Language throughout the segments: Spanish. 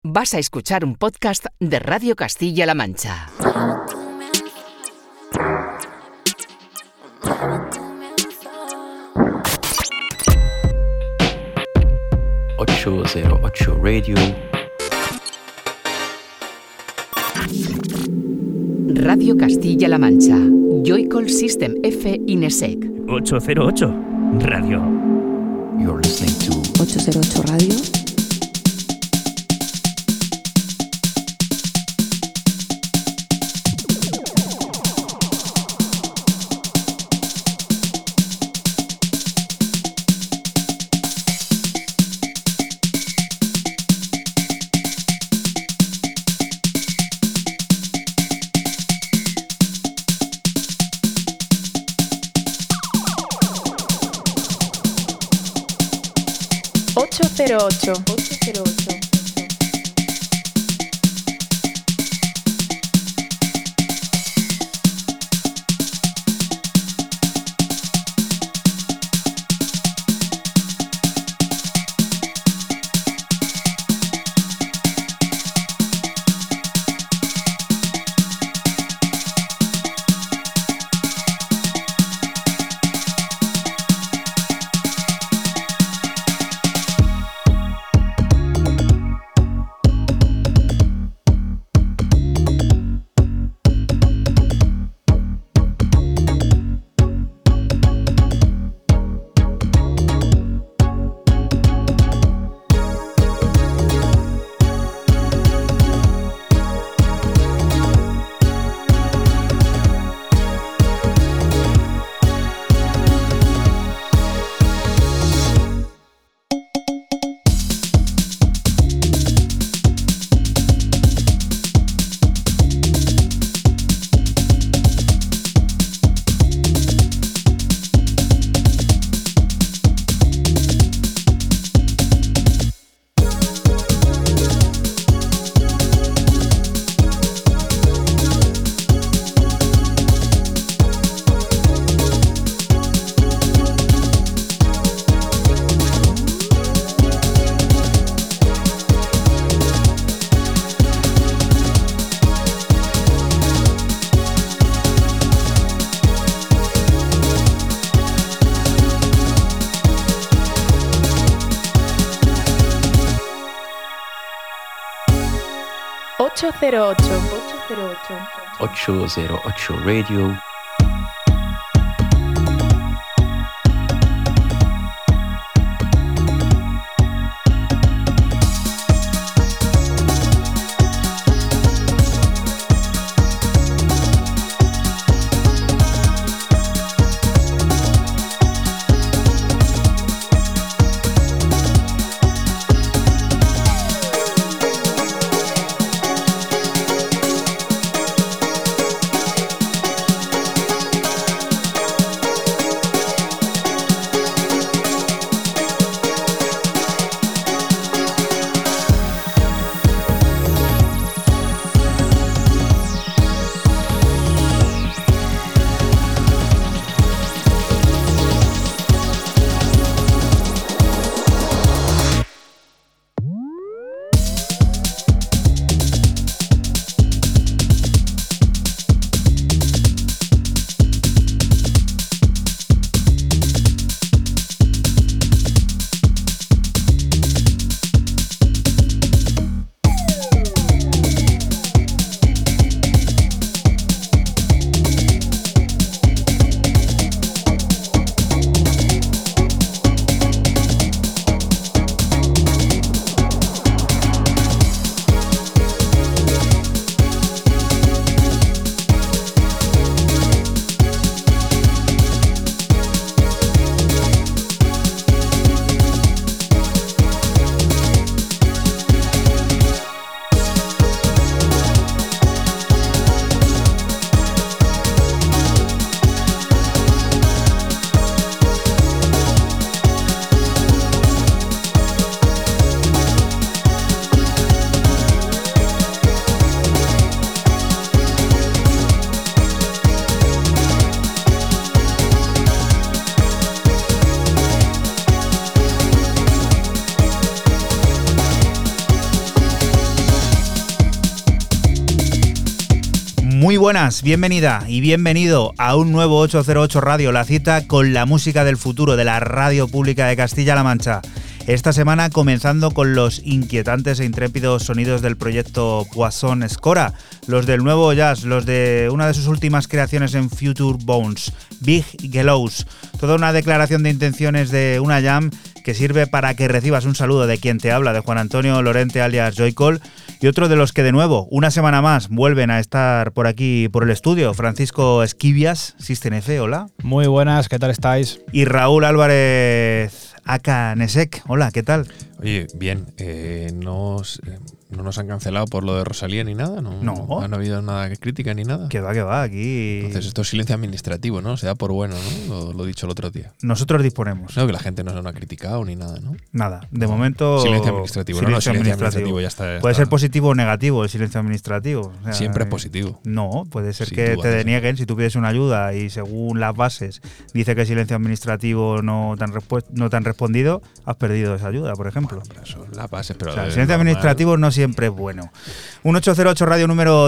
Vas a escuchar un podcast de Radio Castilla-La Mancha. ...808 Radio... Radio Castilla-La Mancha. Joycall System F Inesec. 808 Radio. You're listening to 808 Radio. ...808. ...808 808 Radio... Muy buenas, bienvenida y bienvenido a un nuevo 808 Radio, la cita con la música del futuro de la radio pública de Castilla-La Mancha. Esta semana comenzando con los inquietantes e intrépidos sonidos del proyecto Poisson Escora, los del nuevo jazz, los de una de sus últimas creaciones en Future Bones, Big Gallows. Toda una declaración de intenciones de una jam que sirve para que recibas un saludo de quien te habla, de Juan Antonio Lorente alias Joycol, y otro de los que de nuevo, una semana más, vuelven a estar por aquí, por el estudio, Francisco Esquivias, System F, hola. Muy buenas, ¿qué tal estáis? Y Raúl Álvarez Aka Nesek, hola, ¿qué tal? Oye, bien, no nos han cancelado por lo de Rosalía ni nada, ¿no? No ha habido nada que crítica ni nada. Que va, aquí... Entonces esto es silencio administrativo, ¿no? Se da por bueno, ¿no? Lo dicho el otro día. Nosotros disponemos. No, que la gente no ha criticado ni nada, ¿no? Nada, de momento... Silencio administrativo, silencio administrativo ya está. Puede ser positivo o negativo el silencio administrativo. O sea, siempre es positivo. No, puede ser que te denieguen si tú pides una ayuda y según las bases dice que el silencio administrativo no te han respondido, has perdido esa ayuda, por ejemplo. Bueno, pero eso, las bases, pero... O sea, el silencio administrativo no siempre es bueno. Un 808 Radio número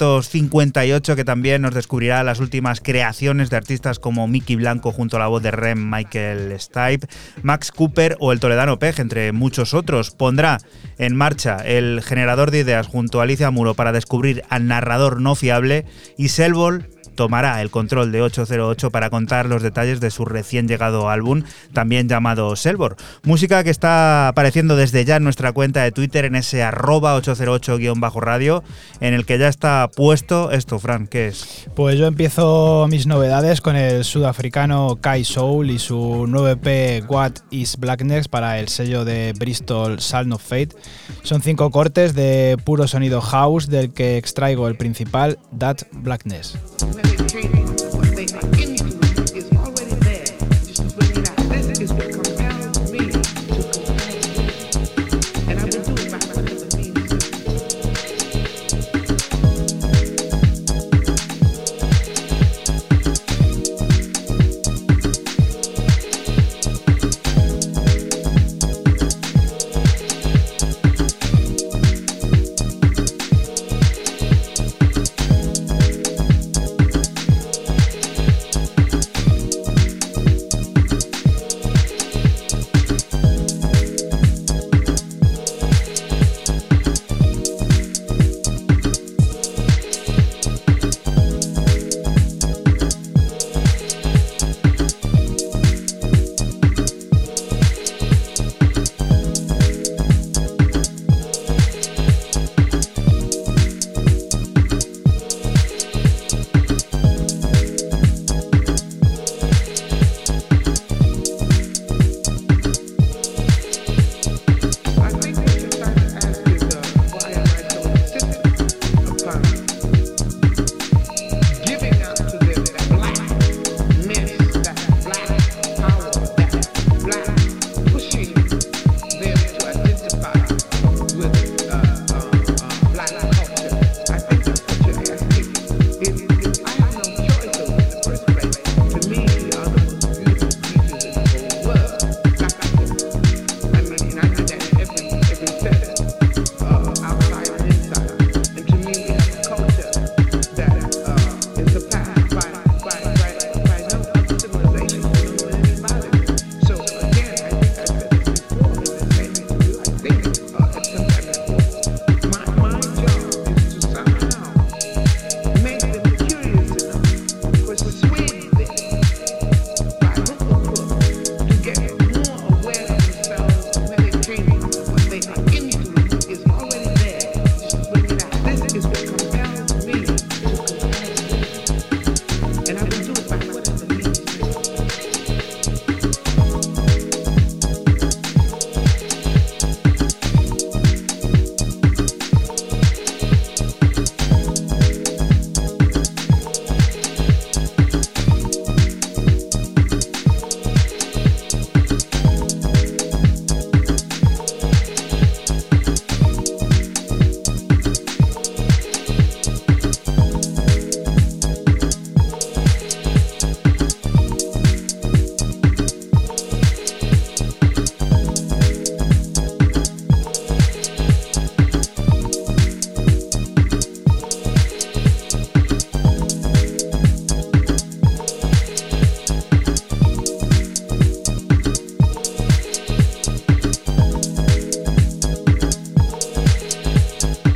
258 que también nos descubrirá las últimas creaciones de artistas como Miki Blanco junto a la voz de Rem, Michael Stipe, Max Cooper o el toledano Pej, entre muchos otros. Pondrá en marcha el generador de ideas junto a Alicia Muro para descubrir al narrador no fiable, y Selbol tomará el control de 808 para contar los detalles de su recién llegado álbum, también llamado Selbor. Música que está apareciendo desde ya en nuestra cuenta de Twitter, en ese @808_radio, en el que ya está puesto esto. Fran, ¿qué es? Pues yo empiezo mis novedades con el sudafricano Kai Soul y su nuevo EP What is Blackness para el sello de Bristol Sound of Fate. Son 5 cortes de puro sonido house, del que extraigo el principal, That Blackness.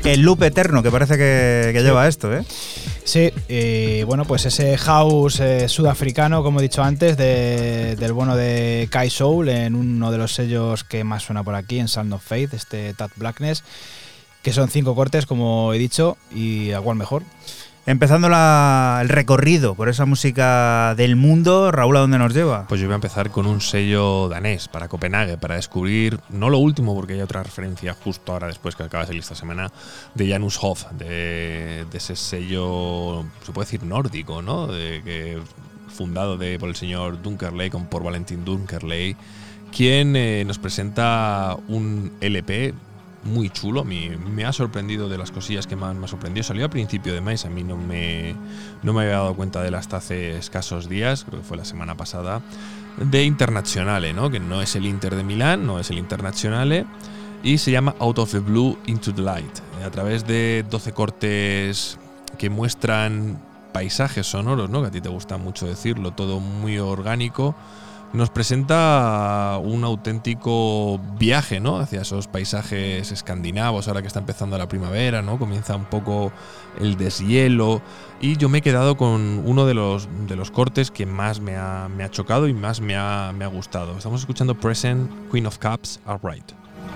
El loop eterno que parece que lleva esto, ¿eh? Sí, bueno, pues ese house sudafricano, como he dicho antes, del bueno de Kai Soul, en uno de los sellos que más suena por aquí, en Sound of Faith, este Tad Blackness, que son 5 cortes, como he dicho, y igual mejor. Empezando el recorrido por esa música del mundo, Raúl, ¿a dónde nos lleva? Pues yo voy a empezar con un sello danés para Copenhague, para descubrir, no lo último, porque hay otra referencia justo ahora después que acaba de salir esta semana, de Janus Hof, de ese sello, se puede decir nórdico, ¿no? Fundado por el señor Dunkerley, por Valentin Dunkerley, quien nos presenta un LP muy chulo. Me ha sorprendido de las cosillas que más me ha sorprendido. Salió a principio de mes, a mí no me había dado cuenta de él hasta hace escasos días, creo que fue la semana pasada, de Internazionale, ¿no? Que no es el Inter de Milán, no es el Internazionale, y se llama Out of the Blue into the Light, a través de 12 cortes que muestran paisajes sonoros, ¿no? Que a ti te gusta mucho decirlo, todo muy orgánico. Nos presenta un auténtico viaje, ¿no? Hacia esos paisajes escandinavos, ahora que está empezando la primavera, ¿no? Comienza un poco el deshielo, y yo me he quedado con uno de los cortes que más me ha chocado y más me ha gustado. Estamos escuchando Present, Queen of Cups, Alright.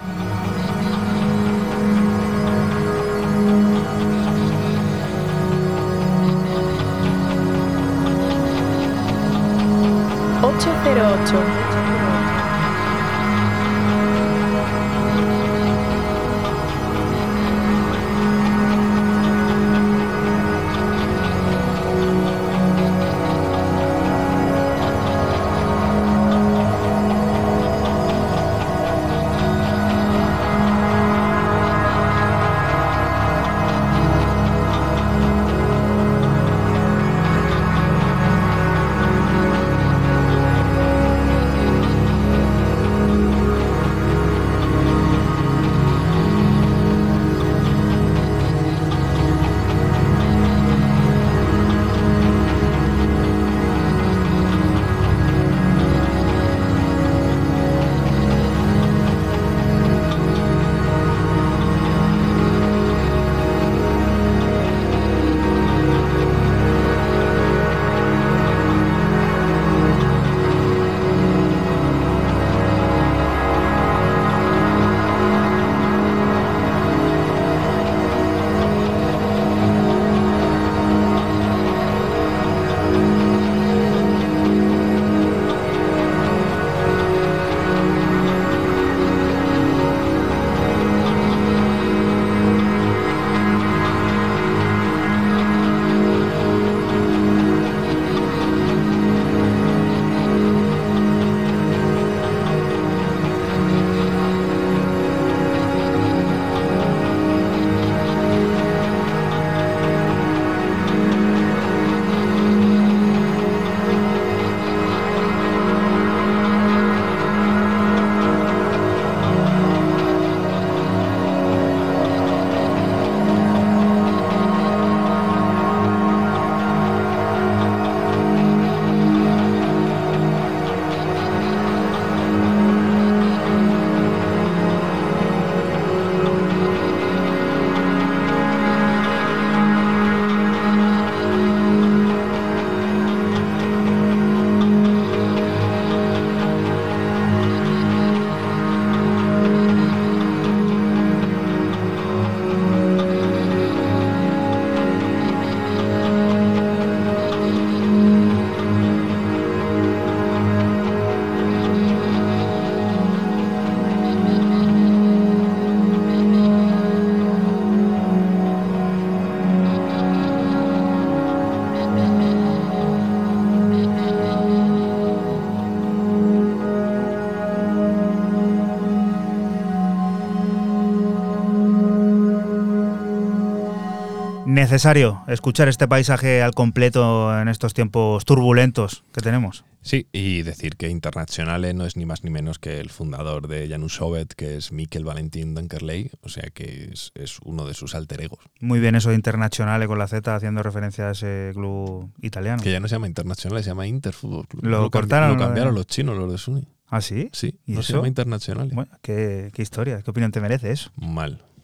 Necesario escuchar este paisaje al completo en estos tiempos turbulentos que tenemos. Sí, y decir que Internazionale no es ni más ni menos que el fundador de Janus Hof, que es Mikkel Valentin Dunkerley, o sea que es uno de sus alter egos. Muy bien eso de Internazionale con la Z, haciendo referencia a ese club italiano. Que ya no se llama Internazionale, se llama Interfútbol Club. Lo cortaron. Lo cambiaron los chinos, los de SUNY. ¿Ah, sí? Sí, ¿Y no eso? se llama Internazionale. Bueno, ¿qué historia? ¿Qué opinión te merece eso? Mal.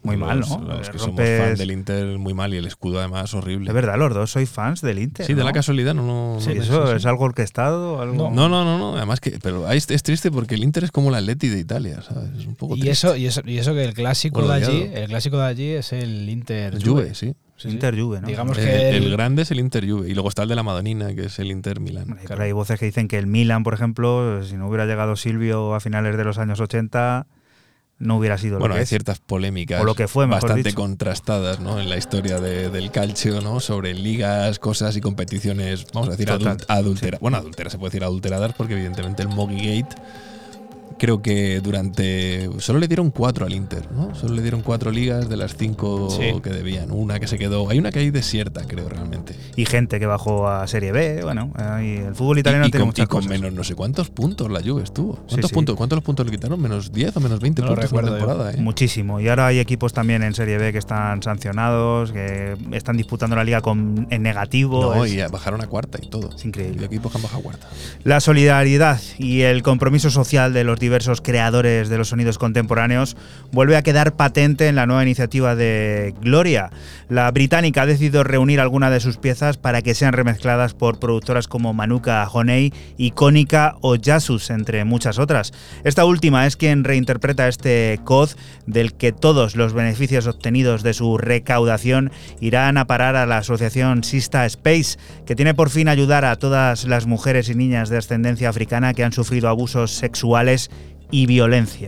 Muy mal, ¿no? Los que somos fan del Inter, muy mal. Y el escudo, además, horrible. Es verdad, los dos sois fans del Inter. Sí, ¿no? de la casualidad, no. Sí, ¿eso es algo orquestado? ¿Algo? No. Además, pero es triste porque el Inter es como el Atleti de Italia, ¿sabes? Es un poco triste. Y eso que el clásico de allí es el Inter Juve, sí. Inter Juve, ¿no? Digamos que el grande es el Inter Juve. Y luego está el de la Madonina, que es el Inter Milán. Claro, hay voces que dicen que el Milan, por ejemplo, si no hubiera llegado Silvio a finales de los años 80, no hubiera sido lo que hay es. ciertas polémicas o lo que fue, bastante dicho. contrastadas, ¿no? En la historia del calcio, ¿no? Sobre ligas, cosas y competiciones, vamos a decir, adulteradas. Sí. Bueno, adulteradas, se puede decir adulteradas porque evidentemente el Moggy Gate, creo que solo le dieron 4 al Inter, ¿no? Solo le dieron 4 ligas de las 5 que debían. Una que se quedó. Hay una que hay desierta, creo, realmente. Y gente que bajó a Serie B. Bueno, el fútbol italiano tiene muchas cosas. Y con menos no sé cuántos puntos la Juve estuvo. ¿Cuántos Sí. puntos? ¿Cuántos los puntos le quitaron? ¿Menos 10 o menos 20 puntos en la temporada? Muchísimo. Y ahora hay equipos también en Serie B que están sancionados, que están disputando la liga en negativo. No, y bajaron a cuarta y todo. Es increíble. Y equipos que han bajado a cuarta. La solidaridad y el compromiso social de los diversos creadores de los sonidos contemporáneos vuelve a quedar patente en la nueva iniciativa de Gloria. La británica ha decidido reunir algunas de sus piezas para que sean remezcladas por productoras como Manuka Honey, Icónica o Jasus, entre muchas otras. Esta última es quien reinterpreta este COD, del que todos los beneficios obtenidos de su recaudación irán a parar a la asociación Sista Space, que tiene por fin ayudar a todas las mujeres y niñas de ascendencia africana que han sufrido abusos sexuales y violencia.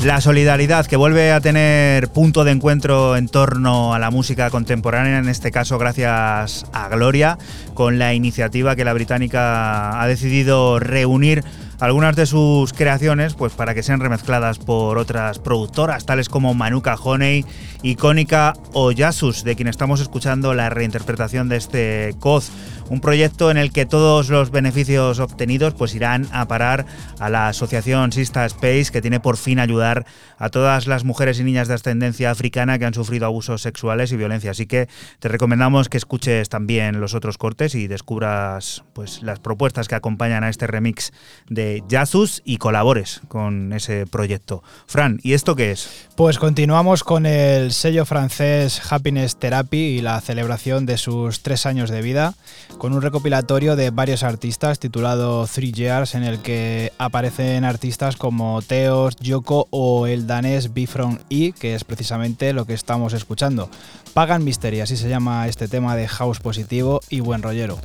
La solidaridad que vuelve a tener punto de encuentro en torno a la música contemporánea, en este caso gracias a Gloria, con la iniciativa que la británica ha decidido reunir algunas de sus creaciones pues para que sean remezcladas por otras productoras, tales como Manuka Honey y Konica Oyasus, de quien estamos escuchando la reinterpretación de este Koz, un proyecto en el que todos los beneficios obtenidos pues irán a parar a la asociación Sista Space, que tiene por fin ayudar a todas las mujeres y niñas de ascendencia africana que han sufrido abusos sexuales y violencia. Así que te recomendamos que escuches también los otros cortes y descubras pues las propuestas que acompañan a este remix de Yasus y colabores con ese proyecto. Fran, ¿y esto qué es? Pues continuamos con el sello francés Happiness Therapy y la celebración de sus 3 años de vida, con un recopilatorio de varios artistas titulado 3 Years, en el que aparecen artistas como Teos, Yoko o el danés Bifron E, que es precisamente lo que estamos escuchando. Pagan Mystery, así se llama este tema de house positivo y buen rollero.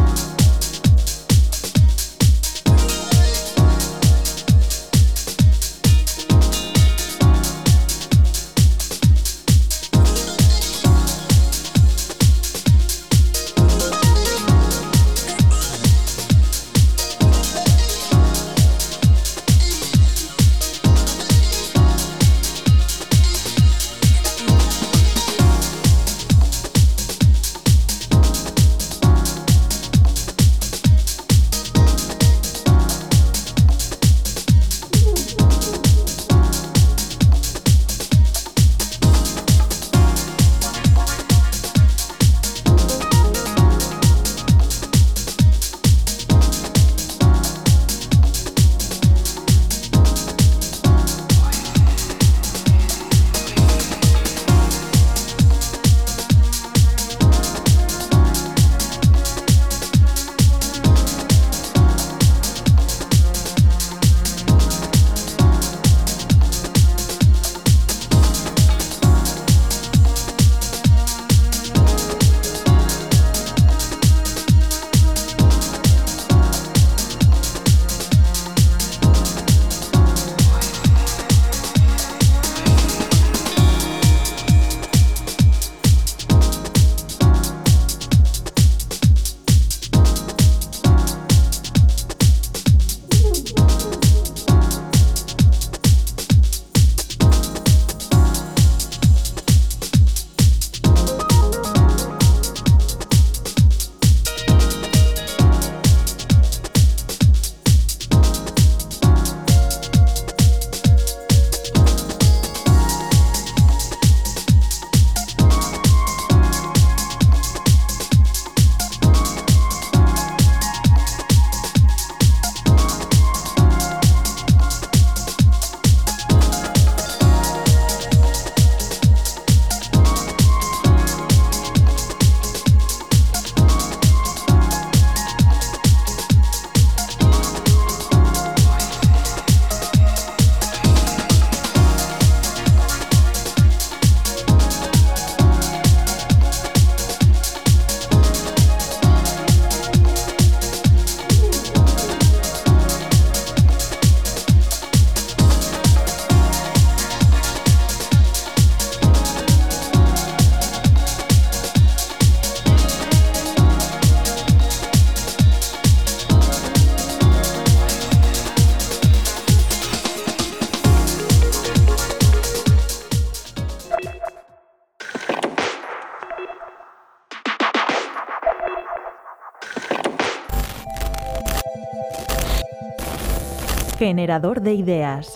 Generador de ideas.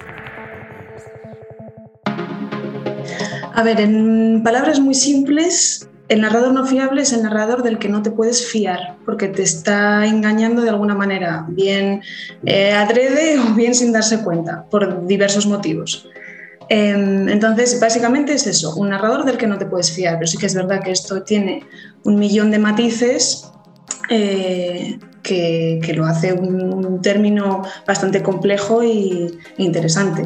A ver, en palabras muy simples, el narrador no fiable es el narrador del que no te puedes fiar, porque te está engañando de alguna manera, bien adrede o bien sin darse cuenta, por diversos motivos. Entonces, básicamente es eso, un narrador del que no te puedes fiar, pero sí que es verdad que esto tiene 1.000.000 de matices que lo hace un término bastante complejo e interesante.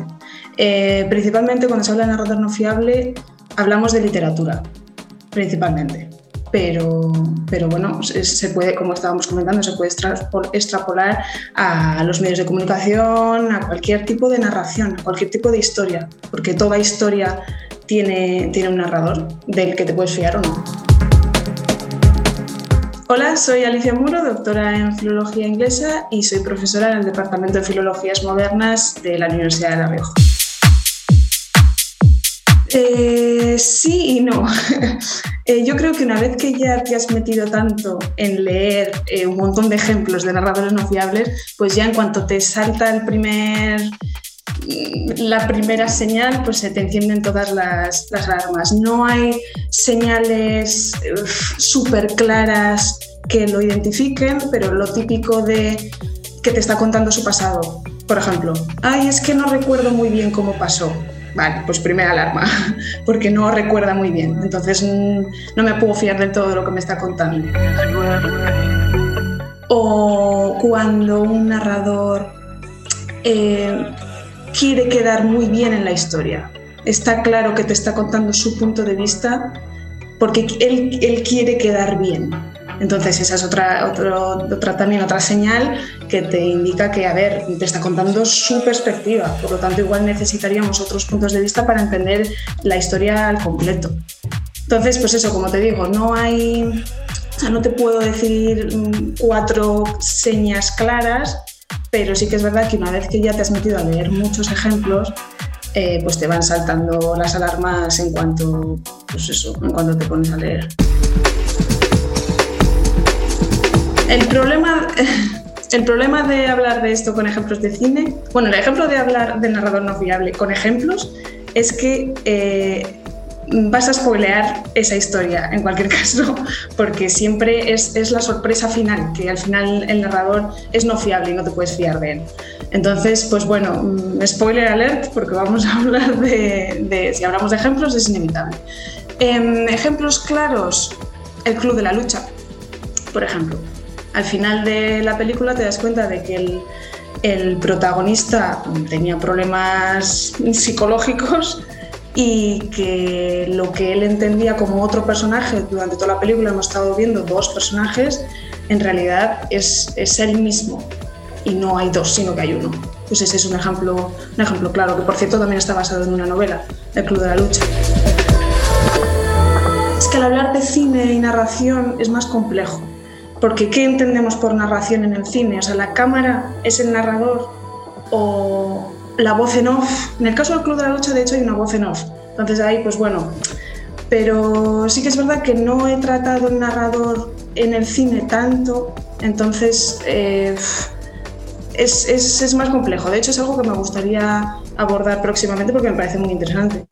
Principalmente cuando se habla de narrador no fiable, hablamos de literatura, principalmente. pero bueno, se puede, como estábamos comentando, se puede extrapolar a los medios de comunicación, a cualquier tipo de narración, a cualquier tipo de historia, porque toda historia tiene un narrador del que te puedes fiar o no. Hola, soy Alicia Muro, doctora en Filología Inglesa y soy profesora en el Departamento de Filologías Modernas de la Universidad de La Rioja. Sí y no. Yo creo que una vez que ya te has metido tanto en leer un montón de ejemplos de narradores no fiables, pues ya en cuanto te salta la primera señal, pues se te encienden todas las alarmas. No hay señales súper claras que lo identifiquen, pero lo típico de que te está contando su pasado. Por ejemplo, es que no recuerdo muy bien cómo pasó. Vale, pues primera alarma, porque no recuerda muy bien. Entonces no me puedo fiar del todo de lo que me está contando. O cuando un narrador quiere quedar muy bien en la historia. Está claro que te está contando su punto de vista porque él quiere quedar bien. Entonces esa es otra señal que te indica que, te está contando su perspectiva. Por lo tanto, igual necesitaríamos otros puntos de vista para entender la historia al completo. Entonces, pues eso, como te digo, no te puedo decir 4 señas claras, pero sí que es verdad que una vez que ya te has metido a leer muchos ejemplos, pues te van saltando las alarmas en cuanto te pones a leer. El problema de hablar de esto con ejemplos de cine, el ejemplo de hablar del narrador no fiable con ejemplos es que vas a spoilear esa historia en cualquier caso, porque siempre es la sorpresa final, que al final el narrador es no fiable y no te puedes fiar de él. Entonces, pues bueno, spoiler alert, porque vamos a hablar si hablamos de ejemplos es inevitable. Ejemplos claros, el Club de la Lucha, por ejemplo. Al final de la película te das cuenta de que el protagonista tenía problemas psicológicos y que lo que él entendía como otro personaje, durante toda la película hemos estado viendo 2 personajes, en realidad es él mismo y no hay 2, sino que hay 1. Pues ese es un ejemplo claro, que por cierto también está basado en una novela, El Club de la Lucha. Es que al hablar de cine y narración es más complejo. Porque ¿qué entendemos por narración en el cine? O sea, ¿la cámara es el narrador o la voz en off? En el caso del Club de la Lucha, de hecho, hay una voz en off. Entonces ahí, pues bueno. Pero sí que es verdad que no he tratado el narrador en el cine tanto, entonces es más complejo. De hecho, es algo que me gustaría abordar próximamente porque me parece muy interesante.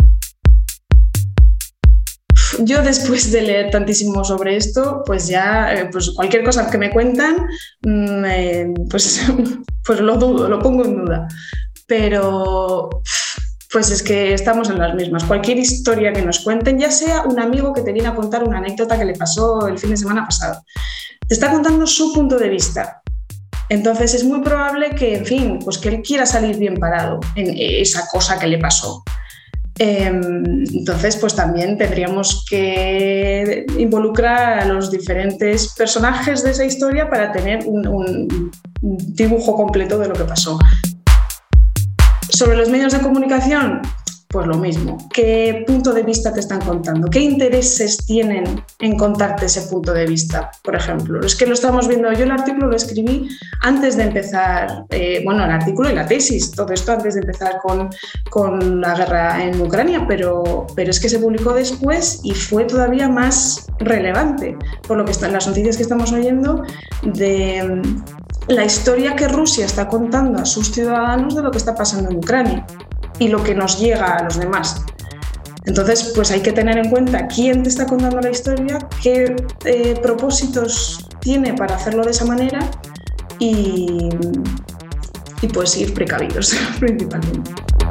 Yo después de leer tantísimo sobre esto, pues ya pues cualquier cosa que me cuentan, pues lo dudo, lo pongo en duda. Pero pues es que estamos en las mismas. Cualquier historia que nos cuenten, ya sea un amigo que te viene a contar una anécdota que le pasó el fin de semana pasado, te está contando su punto de vista. Entonces es muy probable que, en fin, pues que él quiera salir bien parado en esa cosa que le pasó. Entonces, pues también tendríamos que involucrar a los diferentes personajes de esa historia para tener un dibujo completo de lo que pasó. Sobre los medios de comunicación, pues lo mismo. ¿Qué punto de vista te están contando? ¿Qué intereses tienen en contarte ese punto de vista, por ejemplo? Es que lo estamos viendo. Yo el artículo lo escribí antes de empezar, el artículo y la tesis, todo esto antes de empezar con la guerra en Ucrania, pero es que se publicó después y fue todavía más relevante, por lo que están las noticias que estamos oyendo de la historia que Rusia está contando a sus ciudadanos de lo que está pasando en Ucrania y lo que nos llega a los demás. Entonces, pues hay que tener en cuenta quién te está contando la historia, qué propósitos tiene para hacerlo de esa manera y pues ir precavidos principalmente.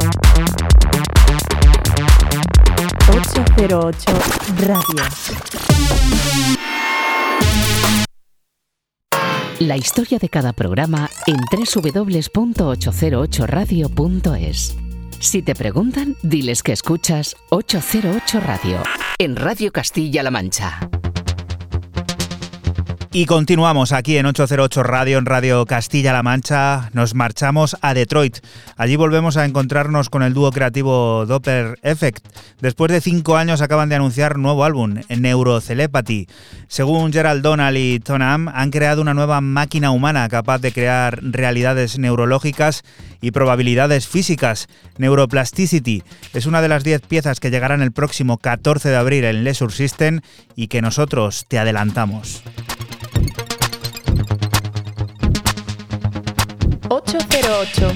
808 Radio. La historia de cada programa en www.808radio.es. Si te preguntan, diles que escuchas 808 Radio, en Radio Castilla-La Mancha. Y continuamos aquí en 808 Radio, en Radio Castilla-La Mancha. Nos marchamos a Detroit. Allí volvemos a encontrarnos con el dúo creativo Doppler Effect. Después de 5 años acaban de anunciar nuevo álbum, Neurotelepathy. Según Gerald Donald y Tonam, han creado una nueva máquina humana capaz de crear realidades neurológicas y probabilidades físicas. Neuroplasticity es una de las 10 piezas que llegarán el próximo 14 de abril en Leisure System y que nosotros te adelantamos. 808.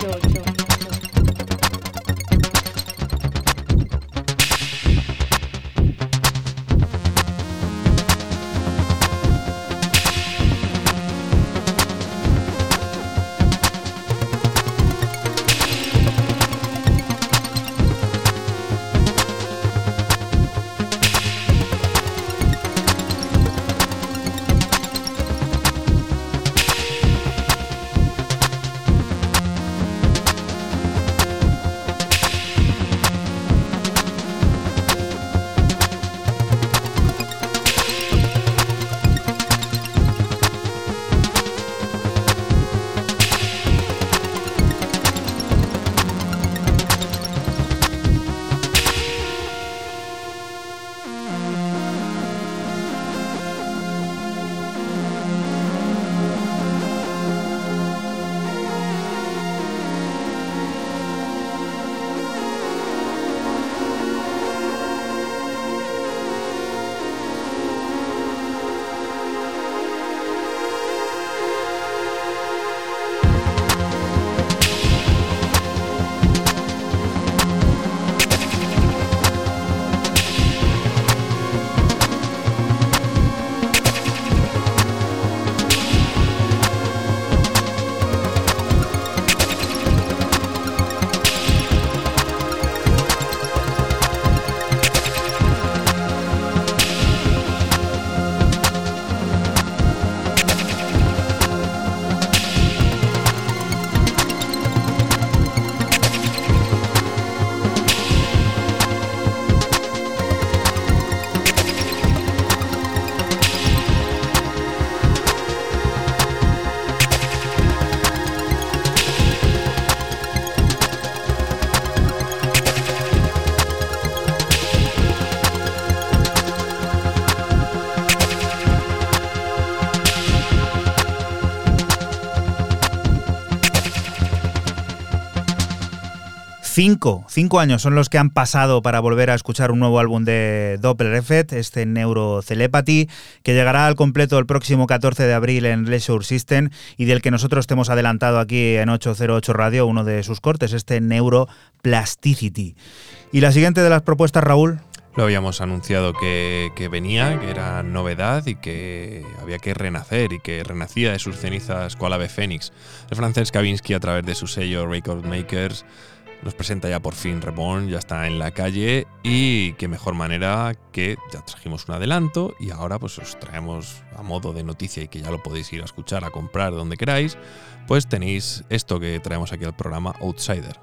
Cinco años son los que han pasado para volver a escuchar un nuevo álbum de Doppler Effect, este Neurotelepathy, que llegará al completo el próximo 14 de abril en Leisure System y del que nosotros te hemos adelantado aquí en 808 Radio uno de sus cortes, este Neuroplasticity. Y la siguiente de las propuestas, Raúl. Lo habíamos anunciado que venía, que era novedad y que había que renacer y que renacía de sus cenizas cual ave fénix. El francés Kavinsky, a través de su sello Record Makers, nos presenta ya por fin Reborn, ya está en la calle y qué mejor manera que ya trajimos un adelanto y ahora pues os traemos a modo de noticia y que ya lo podéis ir a escuchar, a comprar donde queráis, pues tenéis esto que traemos aquí al programa, Outsider.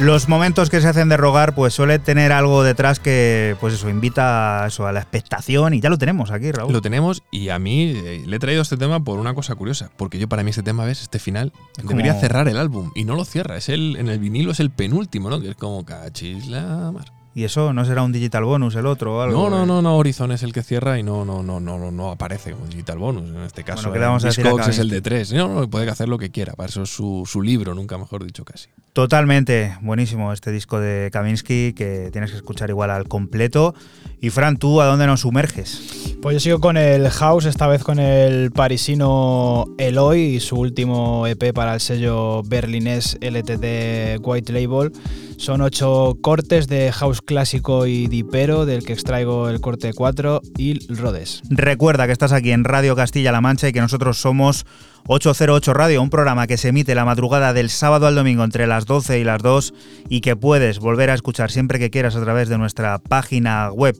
los momentos que se hacen de rogar, pues suele tener algo detrás que, pues eso, invita a, eso, a la expectación, y ya lo tenemos aquí, Raúl. Lo tenemos, y a mí le he traído este tema por una cosa curiosa, porque yo para mí este tema, ¿ves? Este final debería cerrar el álbum, y no lo cierra. En el vinilo es el penúltimo, ¿no? Que es como cachis la mar. ¿Y eso no será un digital bonus el otro o algo? No, Horizon es el que cierra y no aparece como digital bonus. En este caso, bueno, ¿qué le vamos a decir a Discogs es el de 3. No, puede hacer lo que quiera, para eso es su libro, nunca mejor dicho casi. Totalmente, buenísimo este disco de Kavinsky, que tienes que escuchar igual al completo. Y Fran, ¿tú a dónde nos sumerges? Pues yo sigo con el house, esta vez con el parisino Eloy y su último EP para el sello berlinés LTD White Label. Son 8 cortes de house clásico y dipero, del que extraigo el corte 4 y Rhodes. Recuerda que estás aquí en Radio Castilla-La Mancha y que nosotros somos 808 Radio, un programa que se emite la madrugada del sábado al domingo entre las 12 y las 2 y que puedes volver a escuchar siempre que quieras a través de nuestra página web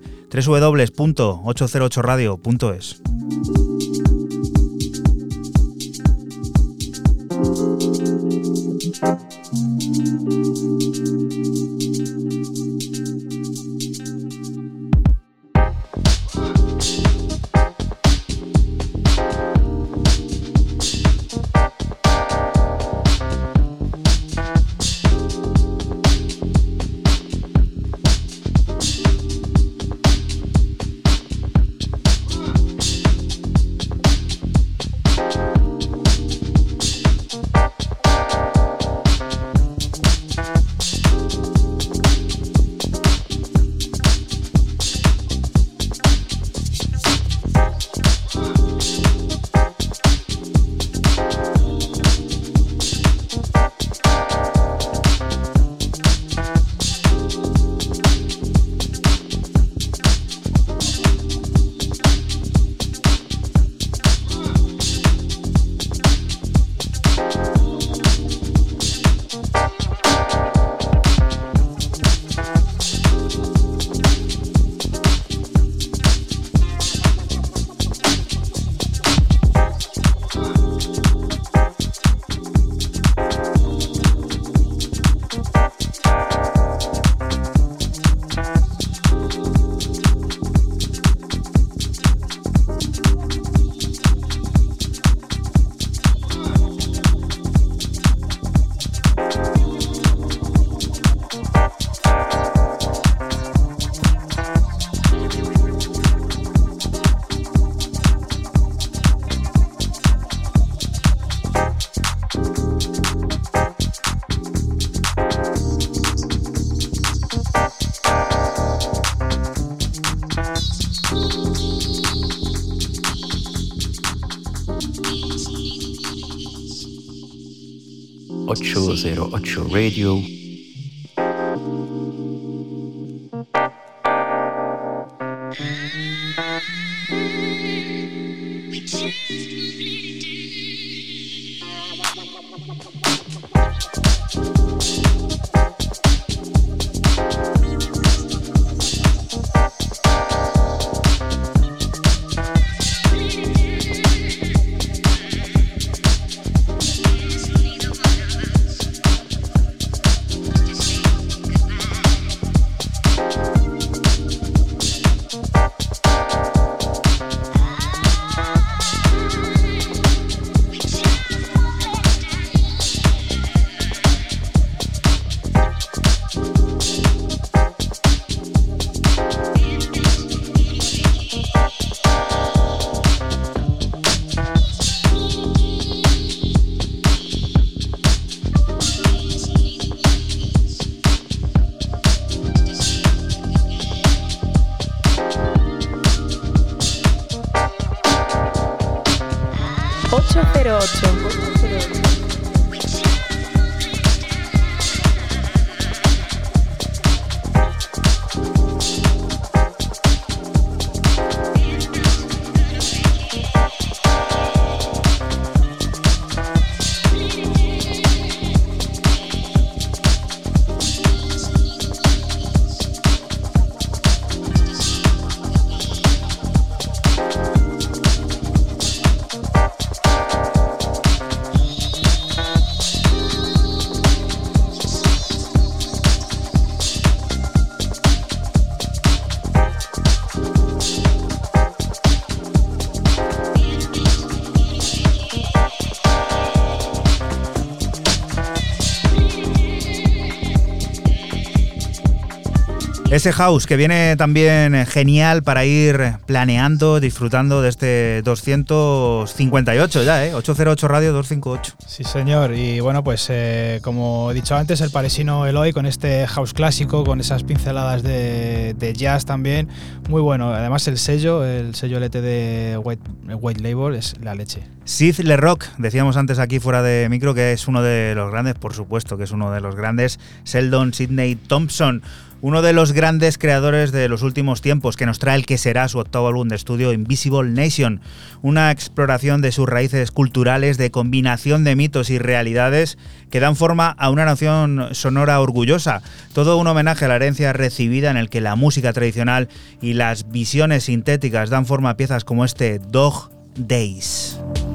www.808radio.es. Radio. Ese house que viene también genial para ir planeando, disfrutando de este 258 ya, 808 Radio 258. Sí, señor. Y bueno, pues como he dicho antes, el parisino Eloy con este house clásico, con esas pinceladas de jazz también. Muy bueno. Además el sello LTD White Label es la leche. Sid LeRock, decíamos antes aquí fuera de micro que es uno de los grandes, por supuesto que es uno de los grandes. Sheldon Sidney Thompson, uno de los grandes creadores de los últimos tiempos, que nos trae el que será su octavo álbum de estudio, Invisible Nation, una exploración de sus raíces culturales, de combinación de mitos y realidades que dan forma a una nación sonora orgullosa, todo un homenaje a la herencia recibida en el que la música tradicional y las visiones sintéticas dan forma a piezas como este Dog Days.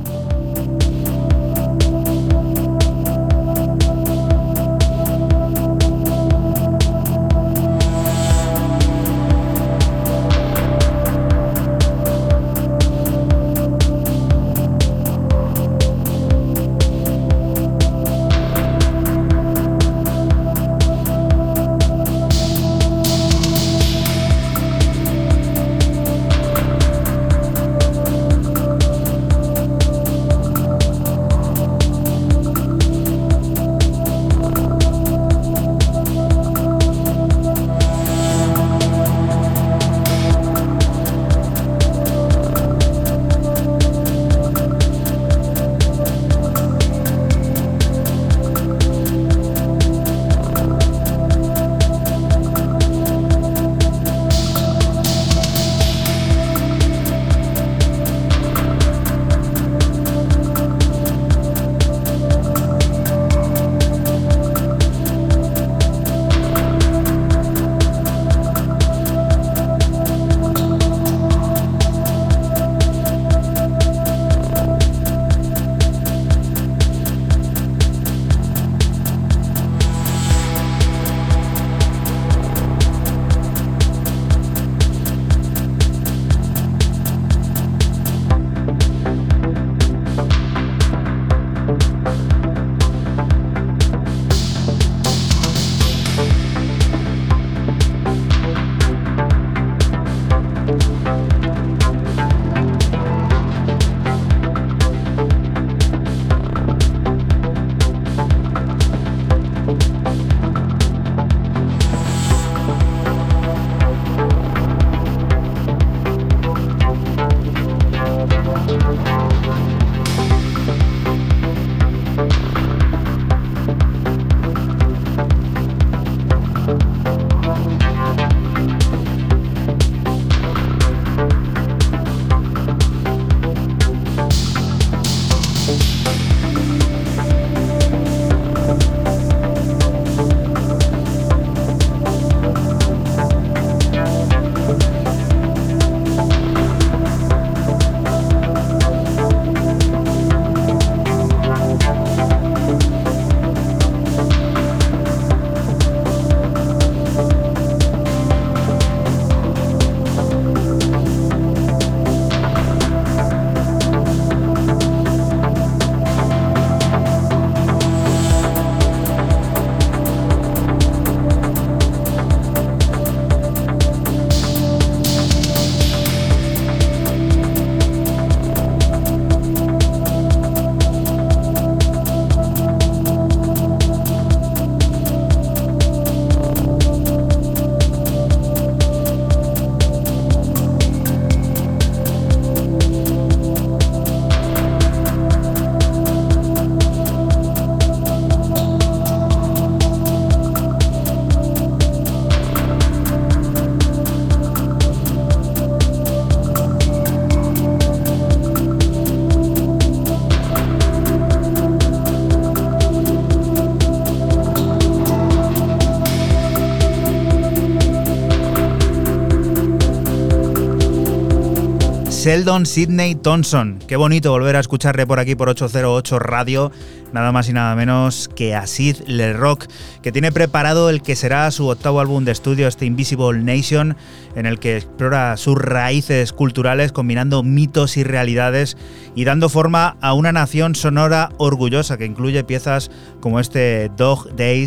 Sheldon Sidney Thompson. Qué bonito volver a escucharle por aquí por 808 Radio, nada más y nada menos que a Sid LeRock, que tiene preparado el que será su octavo álbum de estudio, este Invisible Nation, en el que explora sus raíces culturales combinando mitos y realidades y dando forma a una nación sonora orgullosa que incluye piezas como este Dog Days,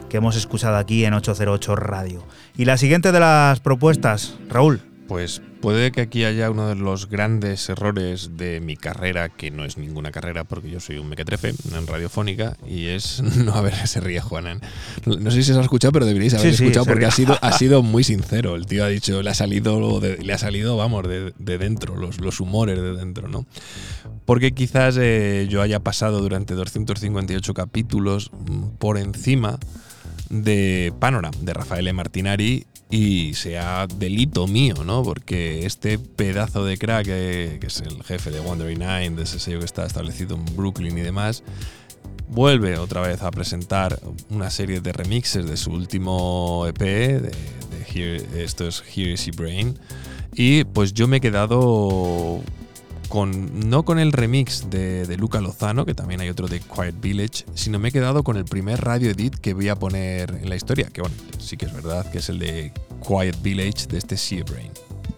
que hemos escuchado aquí en 808 Radio. Y la siguiente de las propuestas, Raúl. Pues puede que aquí haya uno de los grandes errores de mi carrera, que no es ninguna carrera porque yo soy un mequetrefe en radiofónica, y es no haber, se ríe Juanan. No sé si se ha escuchado, pero deberíais haber escuchado porque ha sido muy sincero. El tío ha dicho, le ha salido, vamos, de dentro, los humores de dentro, ¿no? Porque quizás yo haya pasado durante 258 capítulos por encima de Panorama, de Rafael E. Martinari, y sea delito mío, ¿no? Porque este pedazo de crack, que es el jefe de Wandering Nine, de ese sello que está establecido en Brooklyn y demás, vuelve otra vez a presentar una serie de remixes de su último EP, esto es Here Is Your Brain, y pues yo me he quedado no con el remix de Luca Lozano, que también hay otro de Quiet Village, sino me he quedado con el primer radio edit que voy a poner en la historia, que bueno, sí que es verdad, que es el de Quiet Village de este Sea Brain.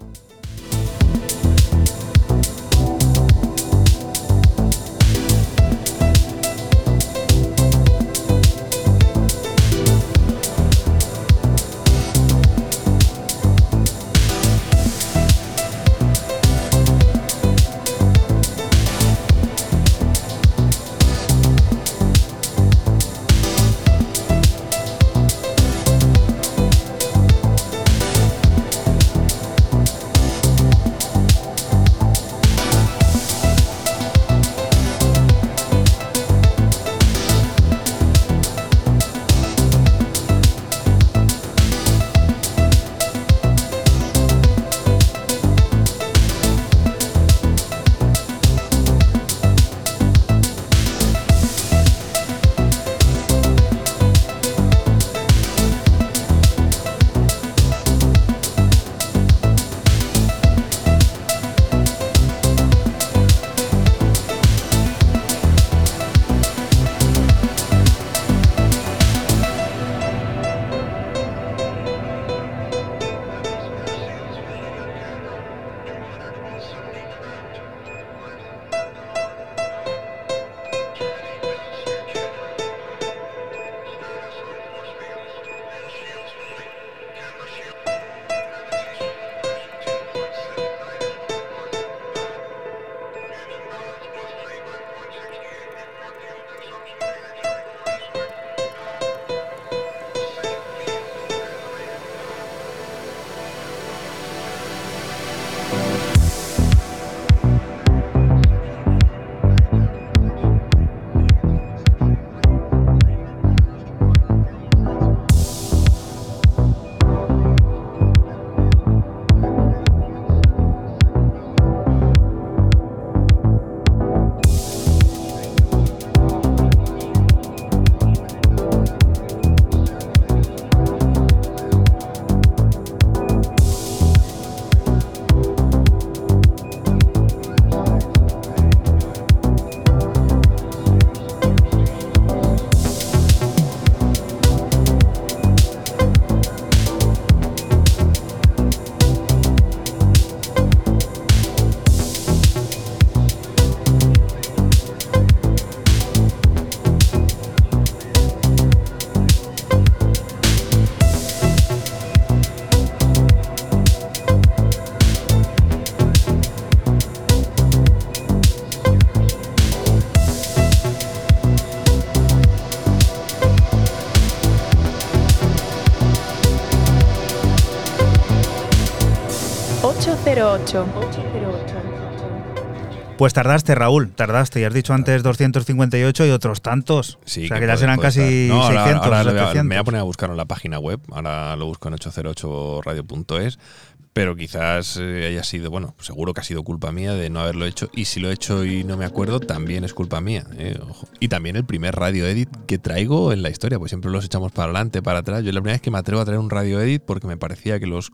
Pues tardaste, Raúl, tardaste. Y has dicho antes 258 y otros tantos. Sí, o sea que ya serán casi 600. Ahora me voy a poner a buscarlo en la página web. Ahora lo busco en 808radio.es. Pero quizás haya sido, bueno, seguro que ha sido culpa mía de no haberlo hecho. Y si lo he hecho y no me acuerdo, también es culpa mía. Ojo. Y también el primer radio edit que traigo en la historia, pues siempre los echamos para adelante, para atrás. Yo es la primera vez que me atrevo a traer un radio edit porque me parecía que los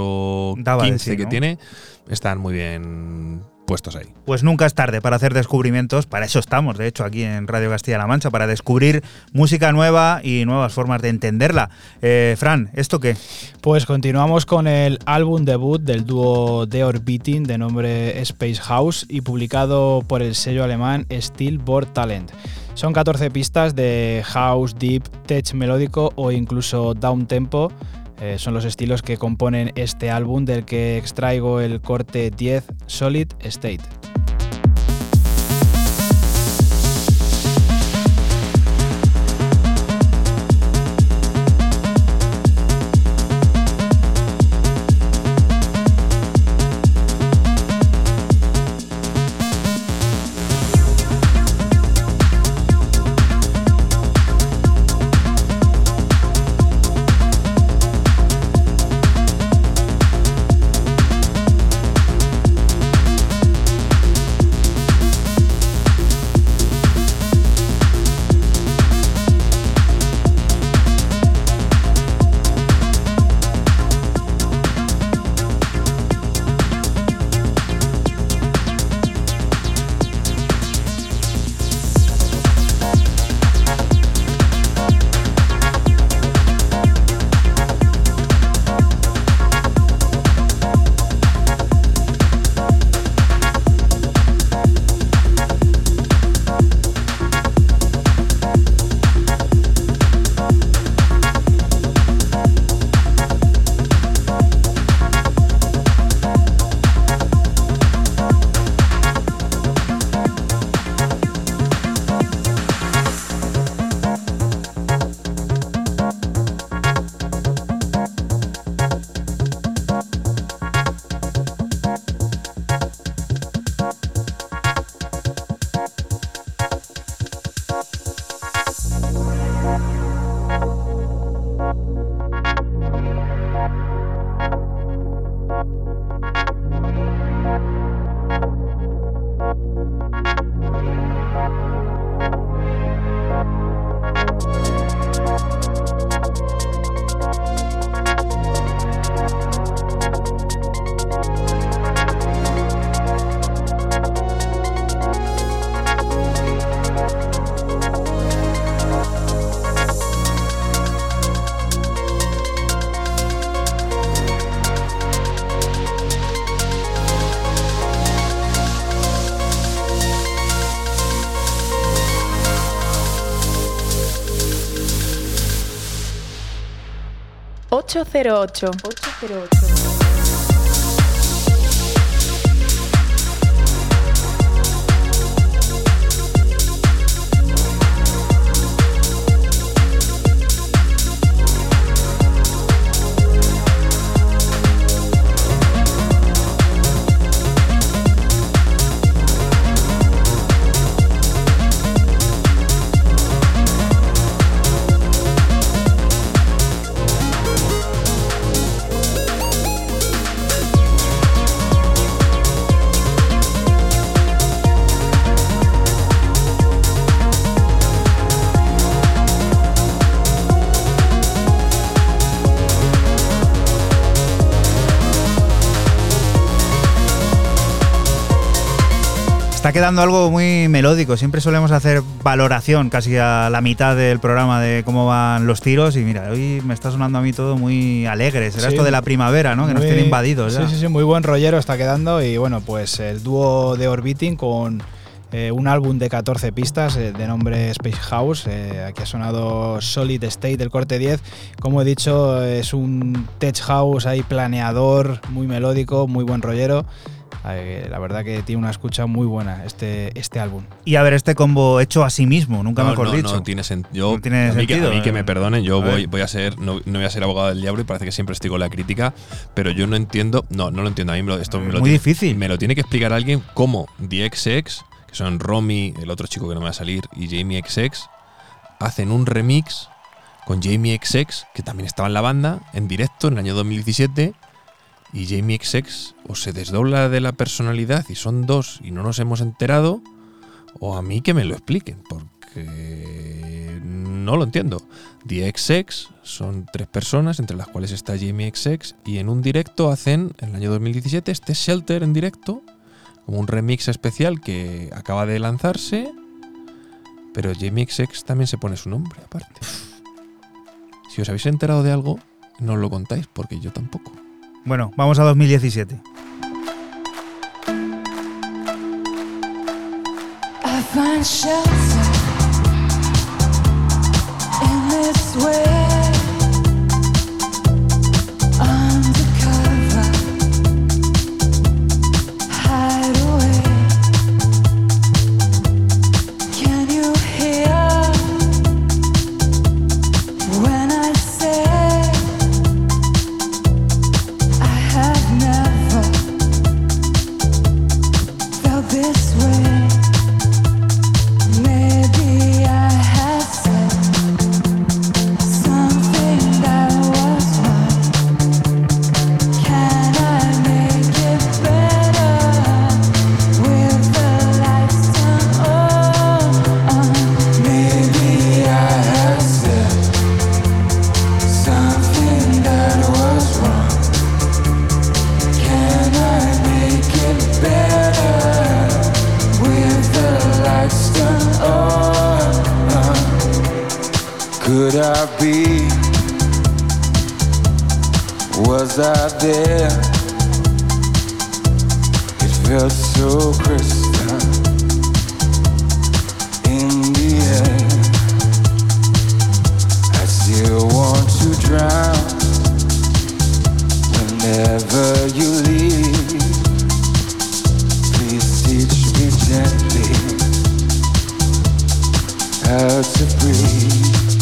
4.15 que tiene están muy bien puestos ahí. Pues nunca es tarde para hacer descubrimientos, para eso estamos, de hecho, aquí en Radio Castilla-La Mancha, para descubrir música nueva y nuevas formas de entenderla. Fran, ¿esto qué? Pues continuamos con el álbum debut del dúo The Orbiting de nombre Space House y publicado por el sello alemán Stillborn Talent. Son 14 pistas de house, deep, tech melódico o incluso down tempo. Son los estilos que componen este álbum, del que extraigo el corte 10, Solid State. ...808. Está quedando algo muy melódico. Siempre solemos hacer valoración casi a la mitad del programa de cómo van los tiros y mira, hoy me está sonando a mí todo muy alegre. Será esto de la primavera, ¿no? Que nos tiene invadidos ya. Sí, muy buen rollero está quedando y bueno, pues el dúo de Orbiting con un álbum de 14 pistas de nombre Space House. Aquí ha sonado Solid State del corte 10. Como he dicho, es un tech house ahí planeador, muy melódico, muy buen rollero. La verdad que tiene una escucha muy buena este álbum. Y a ver, este combo hecho a sí mismo, nunca mejor dicho. No tiene sentido. A mí que me perdonen, yo voy a ser, no voy a ser abogado del diablo y parece que siempre estoy con la crítica, pero yo no entiendo, no lo entiendo. A mí esto me lo muy difícil. Me lo tiene que explicar alguien cómo The XX, que son Romy, el otro chico que no me va a salir, y Jamie XX, hacen un remix con Jamie XX, que también estaba en la banda, en directo en el año 2017. Y Jamie XX o se desdobla de la personalidad y son dos y no nos hemos enterado, o a mí que me lo expliquen, porque no lo entiendo. The XX son 3 personas, entre las cuales está Jamie XX, y en un directo hacen, en el año 2017, este Shelter en directo, como un remix especial que acaba de lanzarse, pero Jamie XX también se pone su nombre aparte. Si os habéis enterado de algo, no os lo contáis, porque yo tampoco. Bueno, vamos a 2017. I find shelter Could I be? Was I there? It felt so crystal in the air. I still want to drown whenever you leave. Please teach me gently how to breathe.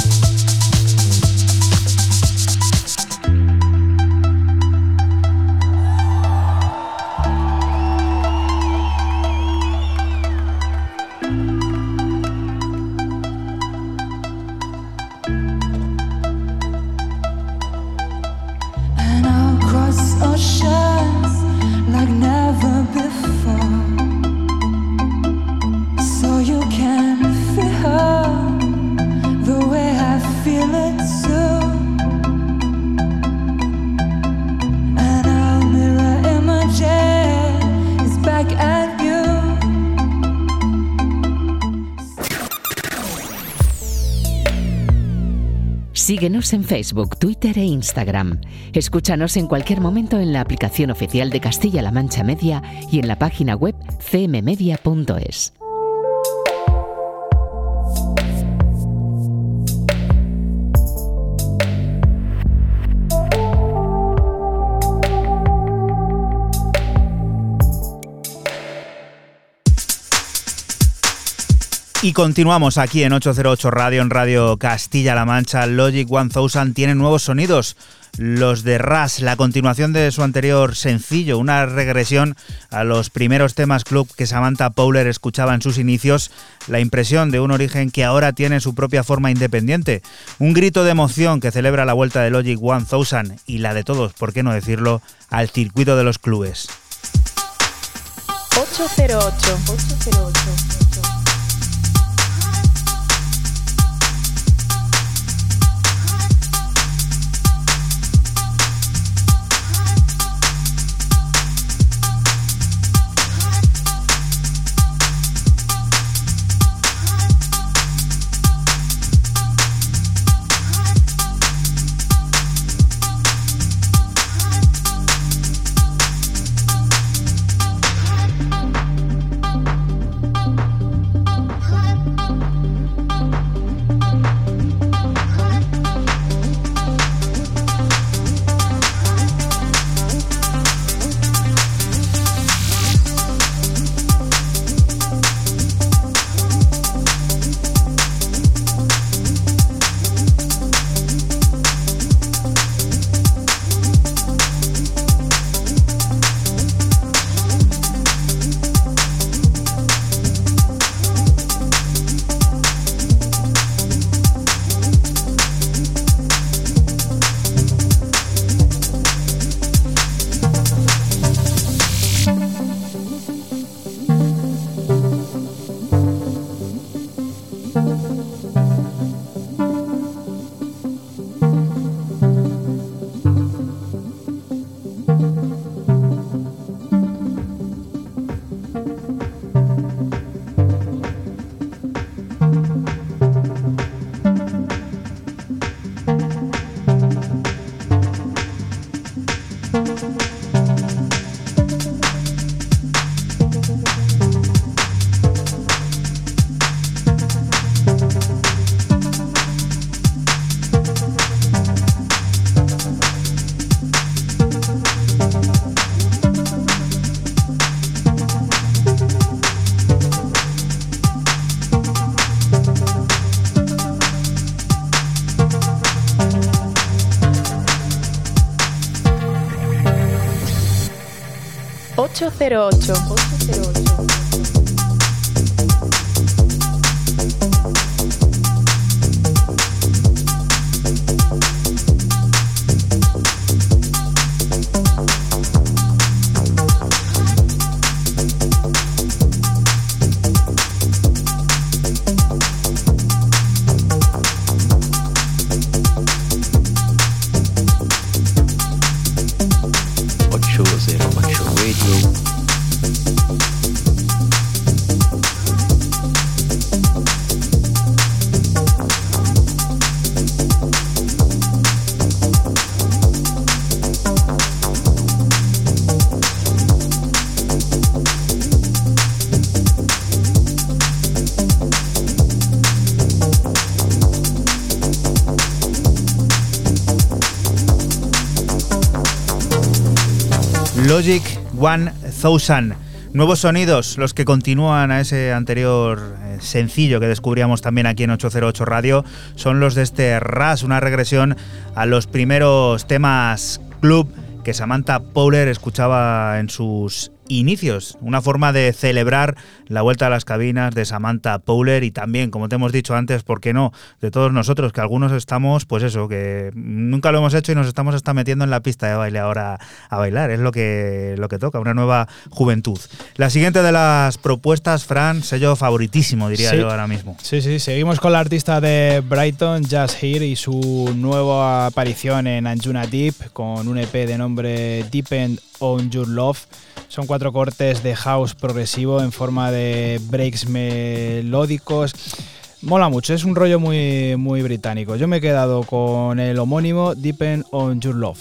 Síguenos en Facebook, Twitter e Instagram. Escúchanos en cualquier momento en la aplicación oficial de Castilla-La Mancha Media y en la página web cmmedia.es. Y continuamos aquí en 808 Radio, en Radio Castilla-La Mancha. Logic 1000 tiene nuevos sonidos, los de Rush, la continuación de su anterior sencillo, una regresión a los primeros temas club que Samantha Powler escuchaba en sus inicios, la impresión de un origen que ahora tiene su propia forma independiente, un grito de emoción que celebra la vuelta de Logic 1000 y la de todos, por qué no decirlo, al circuito de los clubes. 808. 808. 808. Logic 1000. Nuevos sonidos, los que continúan a ese anterior sencillo que descubríamos también aquí en 808 Radio, son los de este Rush, una regresión a los primeros temas club que Samantha Powler escuchaba en sus inicios, una forma de celebrar la vuelta a las cabinas de Samantha Powler y también, como te hemos dicho antes, ¿por qué no?, de todos nosotros, que algunos estamos, pues eso, que nunca lo hemos hecho y nos estamos hasta metiendo en la pista de baile ahora a bailar, es lo que toca, una nueva juventud. La siguiente de las propuestas, Fran, sello favoritísimo, diría yo ahora mismo. Sí, seguimos con la artista de Brighton, Just Here, y su nueva aparición en Anjuna Deep, con un EP de nombre Depend on Your Love. Son 4 cortes de house progresivo en forma de breaks melódicos. Mola mucho, es un rollo muy, muy británico. Yo me he quedado con el homónimo Depend on Your Love.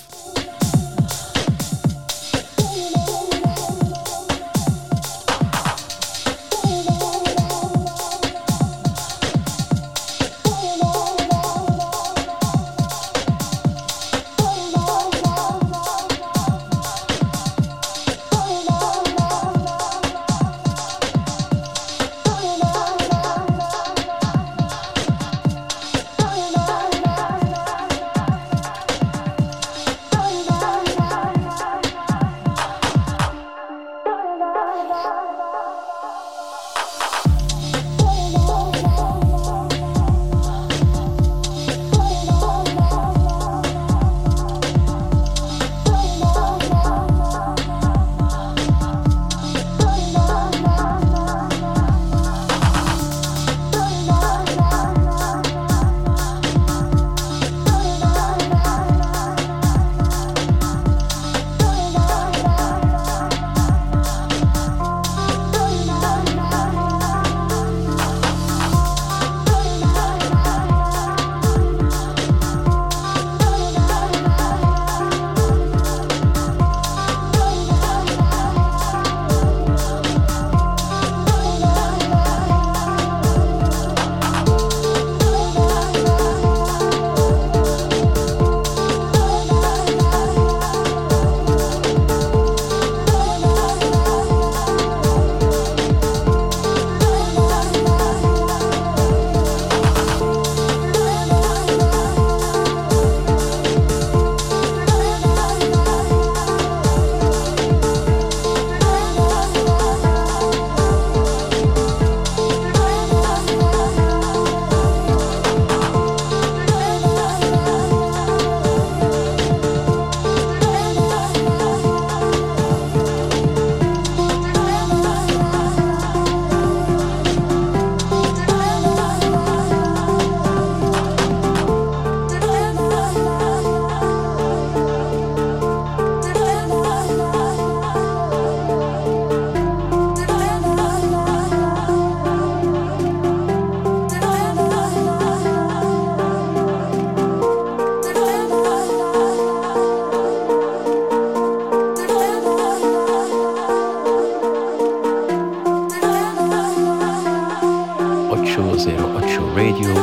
808 Radio.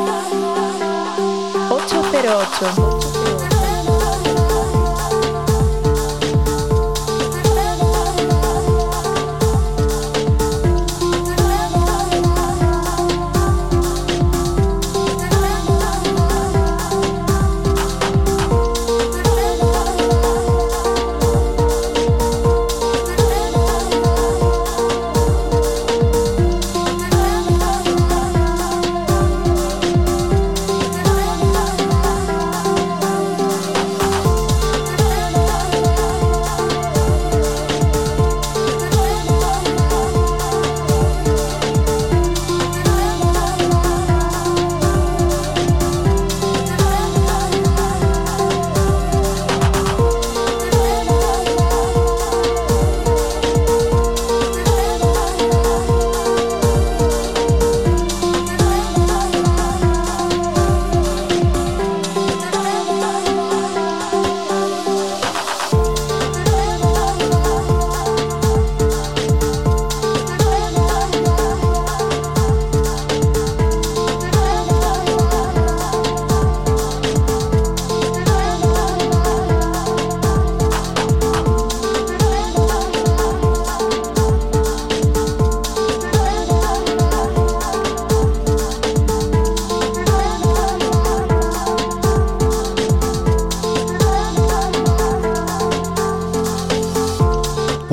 808.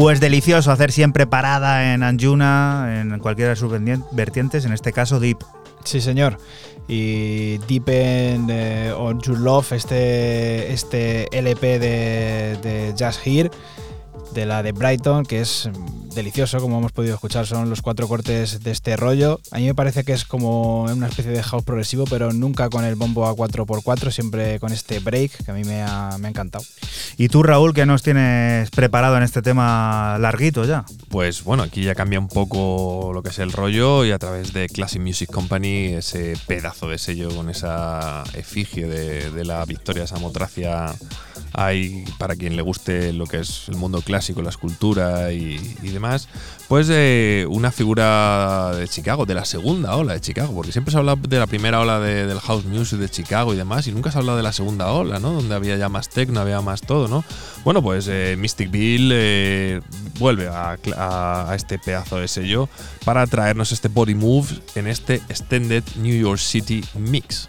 Pues delicioso hacer siempre parada en Anjuna, en cualquiera de sus vertientes, en este caso Deep. Sí, señor. Y Deep on Your Love, este LP de Just Here, de la de Brighton, que es delicioso, como hemos podido escuchar. Son los 4 cortes de este rollo. A mí me parece que es como una especie de house progresivo, pero nunca con el bombo a 4x4, siempre con este break, que a mí me ha encantado. ¿Y tú, Raúl, qué nos tienes preparado en este tema larguito ya? Pues bueno, aquí ya cambia un poco lo que es el rollo, y a través de Classic Music Company, ese pedazo de sello con esa efigie de la Victoria Samotracia, hay para quien le guste lo que es el mundo clásico, la escultura y demás, pues una figura de Chicago, de la segunda ola de Chicago, porque siempre se habla de la primera ola del house music de Chicago y demás, y nunca se habla de la segunda ola, ¿no? Donde había ya más techno, había más todo, ¿no? Bueno, pues Mystic Bill vuelve a este pedazo de sello para traernos este Body Move en este Extended New York City Mix.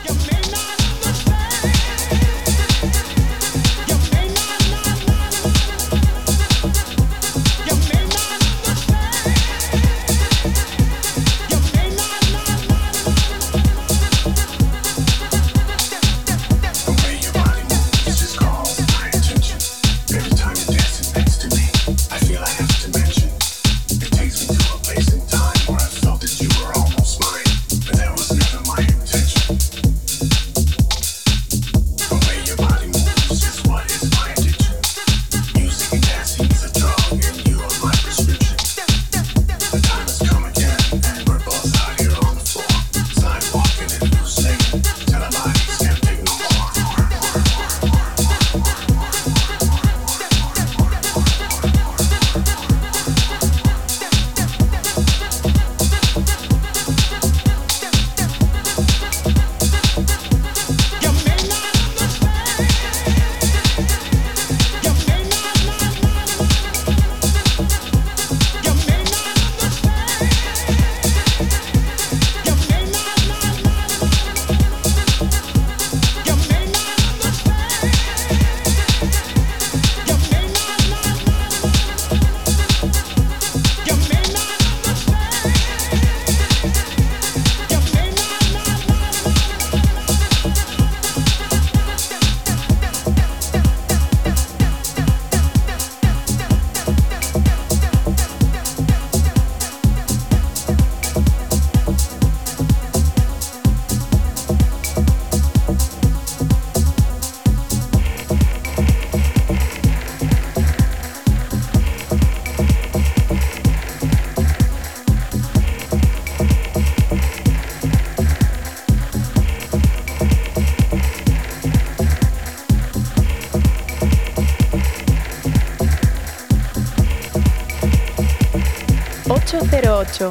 808.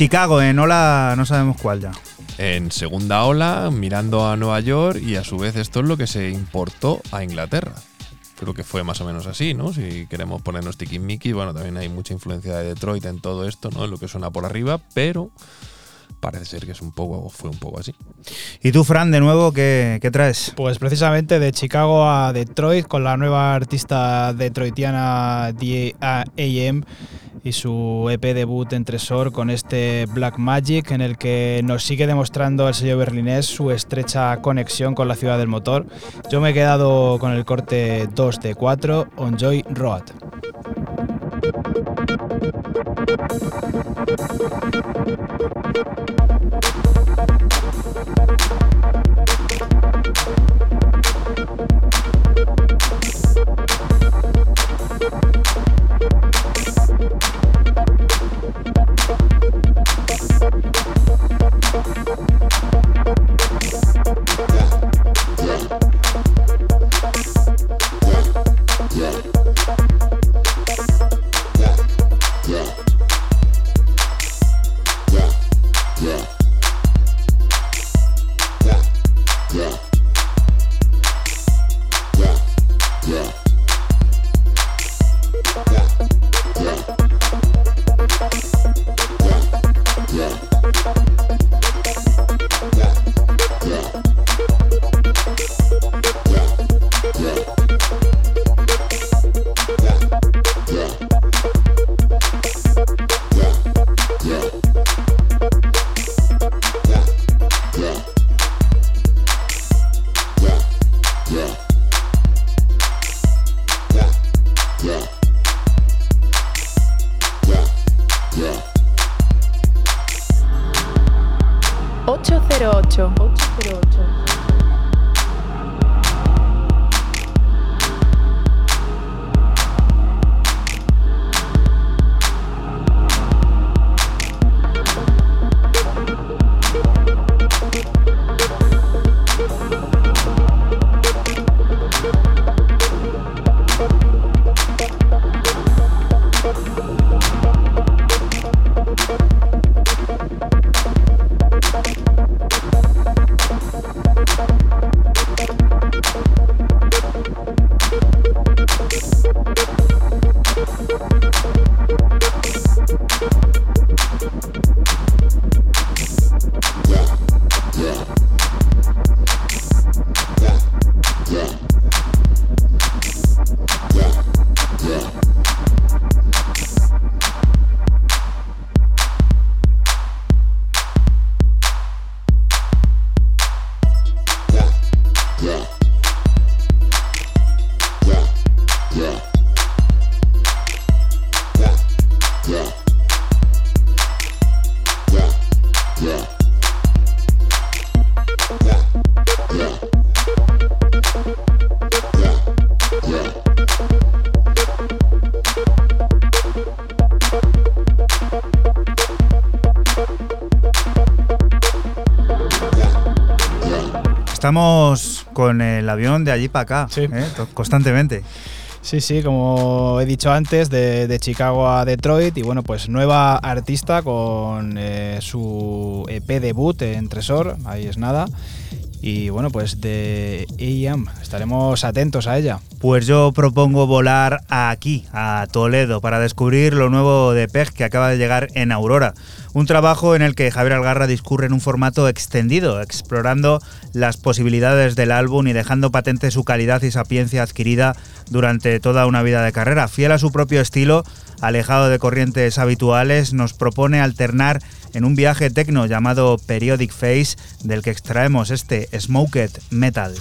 Chicago, en ola no sabemos cuál ya. En segunda ola, mirando a Nueva York, y a su vez esto es lo que se importó a Inglaterra. Creo que fue más o menos así, ¿no? Si queremos ponernos tiquismiquis, bueno, también hay mucha influencia de Detroit en todo esto, ¿no? En lo que suena por arriba, pero parece ser que fue un poco así. ¿Y tú, Fran, de nuevo, qué traes? Pues precisamente de Chicago a Detroit, con la nueva artista detroitiana D.A.M. y su EP debut en Tresor, con este Black Magic, en el que nos sigue demostrando el sello berlinés su estrecha conexión con la ciudad del motor. Yo me he quedado con el corte 2 de 4, On Joy Road. Estamos con el avión de allí para acá, sí. Constantemente. Sí, como he dicho antes, de Chicago a Detroit, y bueno, pues nueva artista con su EP debut en Tresor, ahí es nada. Y bueno, pues de A.M. estaremos atentos a ella. Pues yo propongo volar aquí, a Toledo, para descubrir lo nuevo de Peg, que acaba de llegar en Aurora. Un trabajo en el que Javier Algarra discurre en un formato extendido, explorando las posibilidades del álbum y dejando patente su calidad y sapiencia adquirida durante toda una vida de carrera. Fiel a su propio estilo, alejado de corrientes habituales, nos propone alternar en un viaje techno llamado Periodic Phase, del que extraemos este Smoked Metal.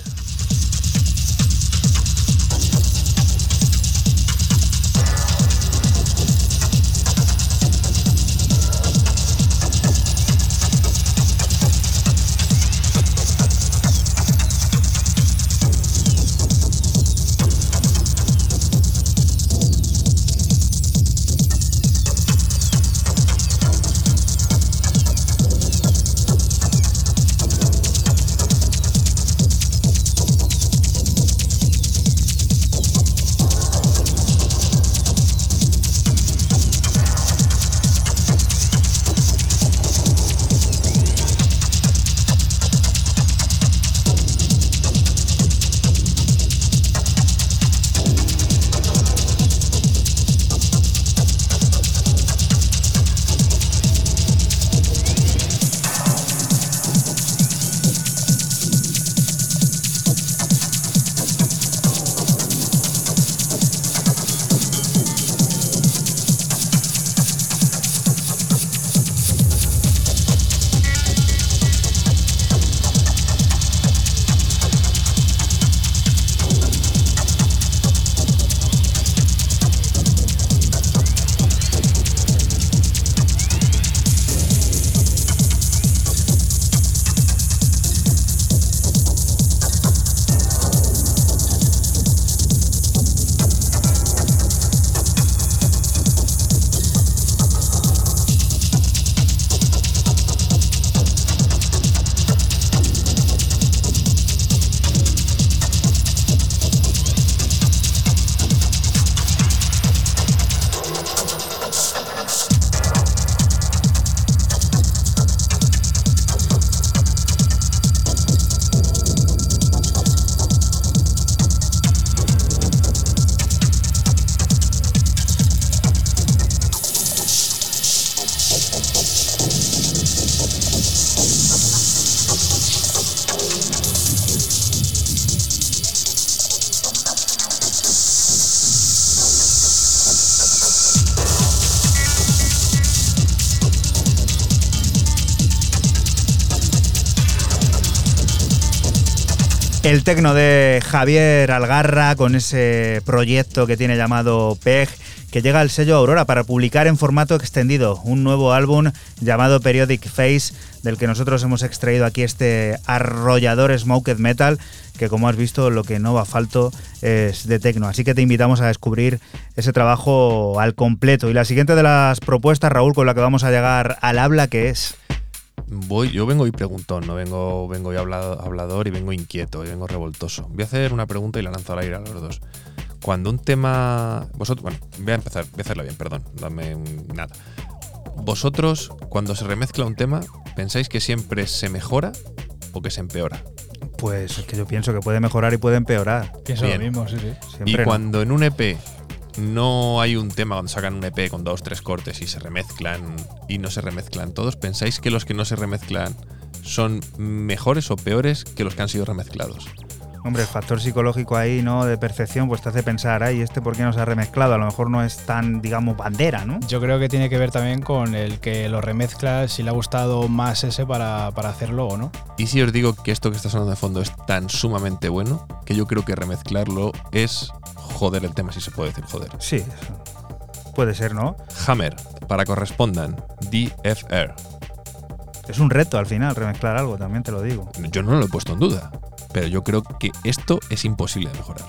El tecno de Javier Algarra con ese proyecto que tiene llamado PEG, que llega al sello Aurora para publicar en formato extendido un nuevo álbum llamado Periodic Phase, del que nosotros hemos extraído aquí este arrollador smoked metal, que como has visto lo que no va falto es de tecno. Así que te invitamos a descubrir ese trabajo al completo. Y la siguiente de las propuestas, Raúl, con la que vamos a llegar al habla, ¿qué es? Yo vengo hoy preguntón, no vengo hoy hablador y vengo inquieto y vengo revoltoso. Voy a hacer una pregunta y la lanzo al aire a los dos. Cuando un tema... voy a hacerlo bien, perdón, nada. Vosotros, cuando se remezcla un tema, ¿pensáis que siempre se mejora o que se empeora? Pues es que yo pienso que puede mejorar y puede empeorar. Pienso lo mismo, sí. Siempre y cuando en un EP no hay un tema, cuando sacan un EP con 2 o 3 cortes y se remezclan y no se remezclan todos, ¿pensáis que los que no se remezclan son mejores o peores que los que han sido remezclados? Hombre, el factor psicológico ahí, ¿no?, de percepción, pues te hace pensar, ay, ¿por qué no se ha remezclado? A lo mejor no es tan, digamos, bandera, ¿no? Yo creo que tiene que ver también con el que lo remezcla, si le ha gustado más ese para hacerlo o no. Y si os digo que esto que está sonando de fondo es tan sumamente bueno que yo creo que remezclarlo es joder el tema, si se puede decir joder. Sí, puede ser, ¿no? Hammer, para correspondan, DFR. Es un reto al final remezclar algo, también te lo digo. Yo no lo he puesto en duda, pero yo creo que esto es imposible de mejorar.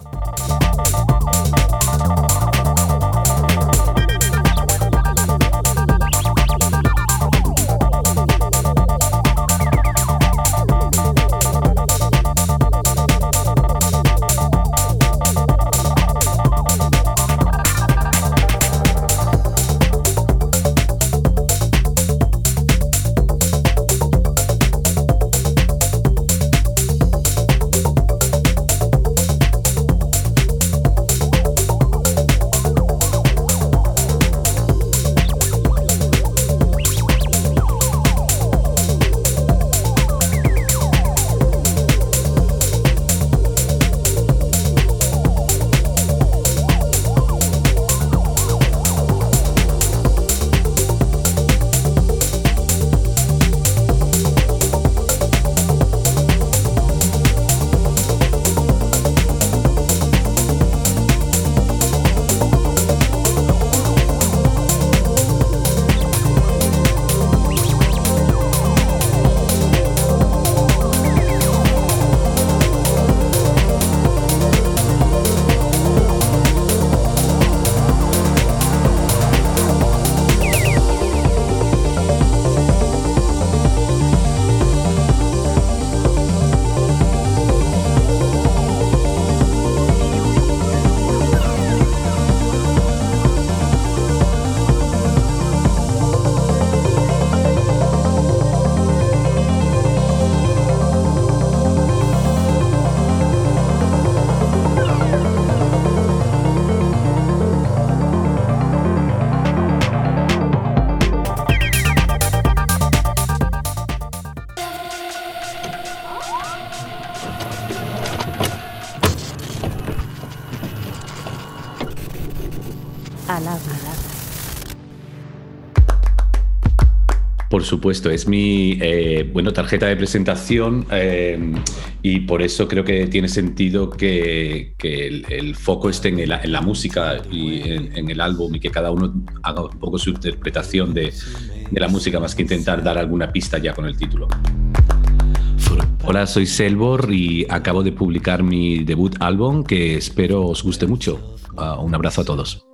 Por supuesto, es mi tarjeta de presentación y por eso creo que tiene sentido que el foco esté en la música y en el álbum y que cada uno haga un poco su interpretación de la música más que intentar dar alguna pista ya con el título. Hola, soy Selbor y acabo de publicar mi debut álbum que espero os guste mucho. Un abrazo a todos.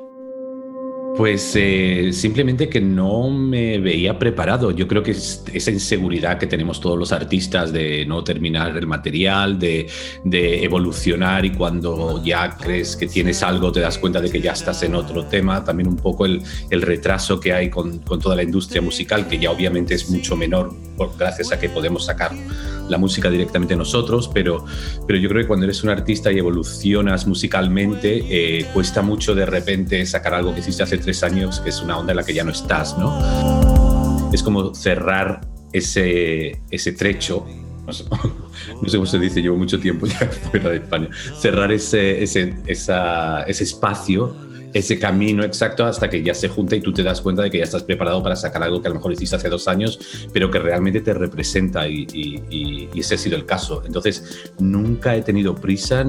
Pues simplemente que no me veía preparado. Yo creo que es esa inseguridad que tenemos todos los artistas de no terminar el material, de evolucionar, y cuando ya crees que tienes algo te das cuenta de que ya estás en otro tema. También un poco el retraso que hay con toda la industria musical, que ya obviamente es mucho menor gracias a que podemos sacar la música directamente nosotros, pero yo creo que cuando eres un artista y evolucionas musicalmente, cuesta mucho de repente sacar algo que hiciste hace 3 años, que es una onda en la que ya no estás, ¿no? Es como cerrar ese trecho, no sé cómo se dice, llevo mucho tiempo ya fuera de España, cerrar ese espacio ese camino exacto hasta que ya se junta y tú te das cuenta de que ya estás preparado para sacar algo que a lo mejor hiciste hace 2 años, pero que realmente te representa y ese ha sido el caso. Entonces, nunca he tenido prisa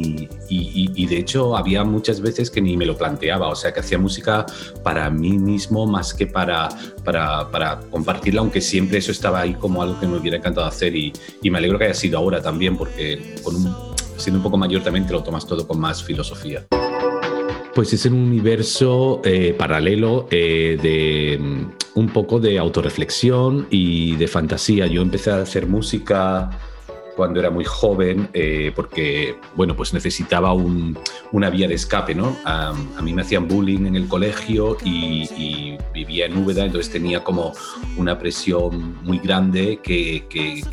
y de hecho había muchas veces que ni me lo planteaba, o sea, que hacía música para mí mismo más que para compartirla, aunque siempre eso estaba ahí como algo que me hubiera encantado hacer y me alegro que haya sido ahora también, porque siendo un poco mayor también te lo tomas todo con más filosofía. Pues es un universo paralelo de un poco de autorreflexión y de fantasía. Yo empecé a hacer música cuando era muy joven porque, bueno, pues necesitaba una vía de escape, ¿no? A mí me hacían bullying en el colegio y vivía en Úbeda, entonces tenía como una presión muy grande que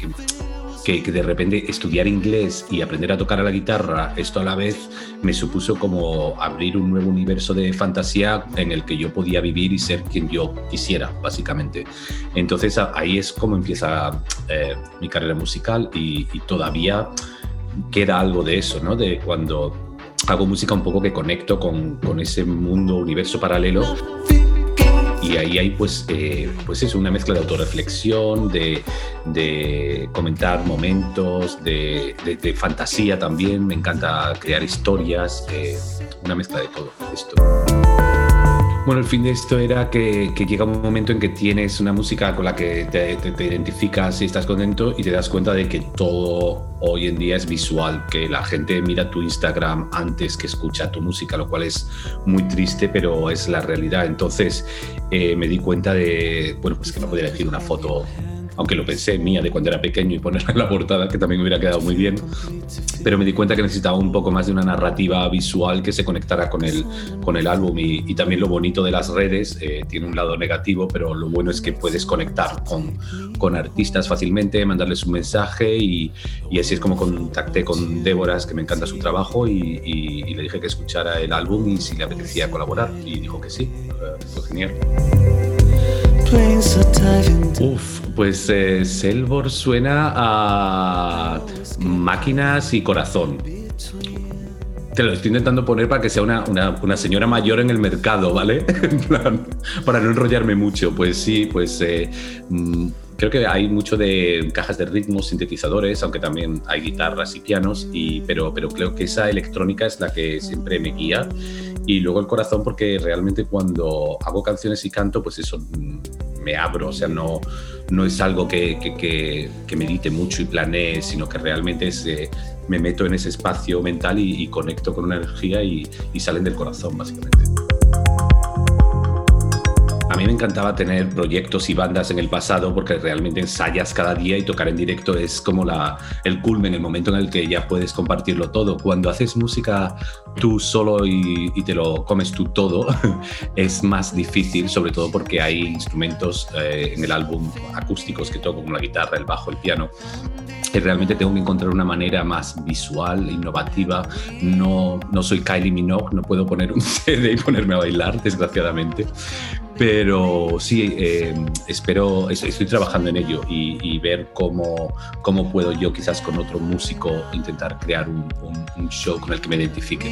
de repente estudiar inglés y aprender a tocar a la guitarra, esto a la vez me supuso como abrir un nuevo universo de fantasía en el que yo podía vivir y ser quien yo quisiera, básicamente. Entonces ahí es como empieza mi carrera musical y todavía queda algo de eso, ¿no? De cuando hago música un poco que conecto con ese mundo, universo paralelo. Y ahí hay pues es una mezcla de autorreflexión, de comentar momentos, de fantasía también. Me encanta crear historias, una mezcla de todo esto. Bueno, el fin de esto era que llega un momento en que tienes una música con la que te identificas y estás contento y te das cuenta de que todo hoy en día es visual, que la gente mira tu Instagram antes que escucha tu música, lo cual es muy triste, pero es la realidad. Entonces me di cuenta de, bueno, pues que no podía elegir una foto, aunque lo pensé mía de cuando era pequeño y ponerla en la portada, que también me hubiera quedado muy bien, pero me di cuenta que necesitaba un poco más de una narrativa visual que se conectara con el álbum y también lo bonito de las redes, tiene un lado negativo, pero lo bueno es que puedes conectar con artistas fácilmente, mandarles un mensaje y así es como contacté con Débora, que me encanta su trabajo y le dije que escuchara el álbum y si le apetecía colaborar y dijo que sí, fue genial. Pues Selbor suena a máquinas y corazón. Te lo estoy intentando poner para que sea una señora mayor en el mercado, ¿vale? En plan, para no enrollarme mucho. Pues sí, pues creo que hay mucho de cajas de ritmos, sintetizadores, aunque también hay guitarras y pianos, pero creo que esa electrónica es la que siempre me guía. Y luego el corazón, porque realmente cuando hago canciones y canto, pues eso, me abro, o sea, no es algo que medite mucho y planee, sino que realmente me meto en ese espacio mental y conecto con una energía y salen del corazón, básicamente. A mí me encantaba tener proyectos y bandas en el pasado porque realmente ensayas cada día y tocar en directo es como el culmen, el momento en el que ya puedes compartirlo todo. Cuando haces música tú solo y te lo comes tú todo, es más difícil, sobre todo porque hay instrumentos en el álbum acústicos que toco, como la guitarra, el bajo, el piano. Y realmente tengo que encontrar una manera más visual, innovativa. No soy Kylie Minogue, no puedo poner un CD y ponerme a bailar, desgraciadamente. Pero sí, estoy trabajando en ello y ver cómo puedo yo quizás con otro músico intentar crear un show con el que me identifique.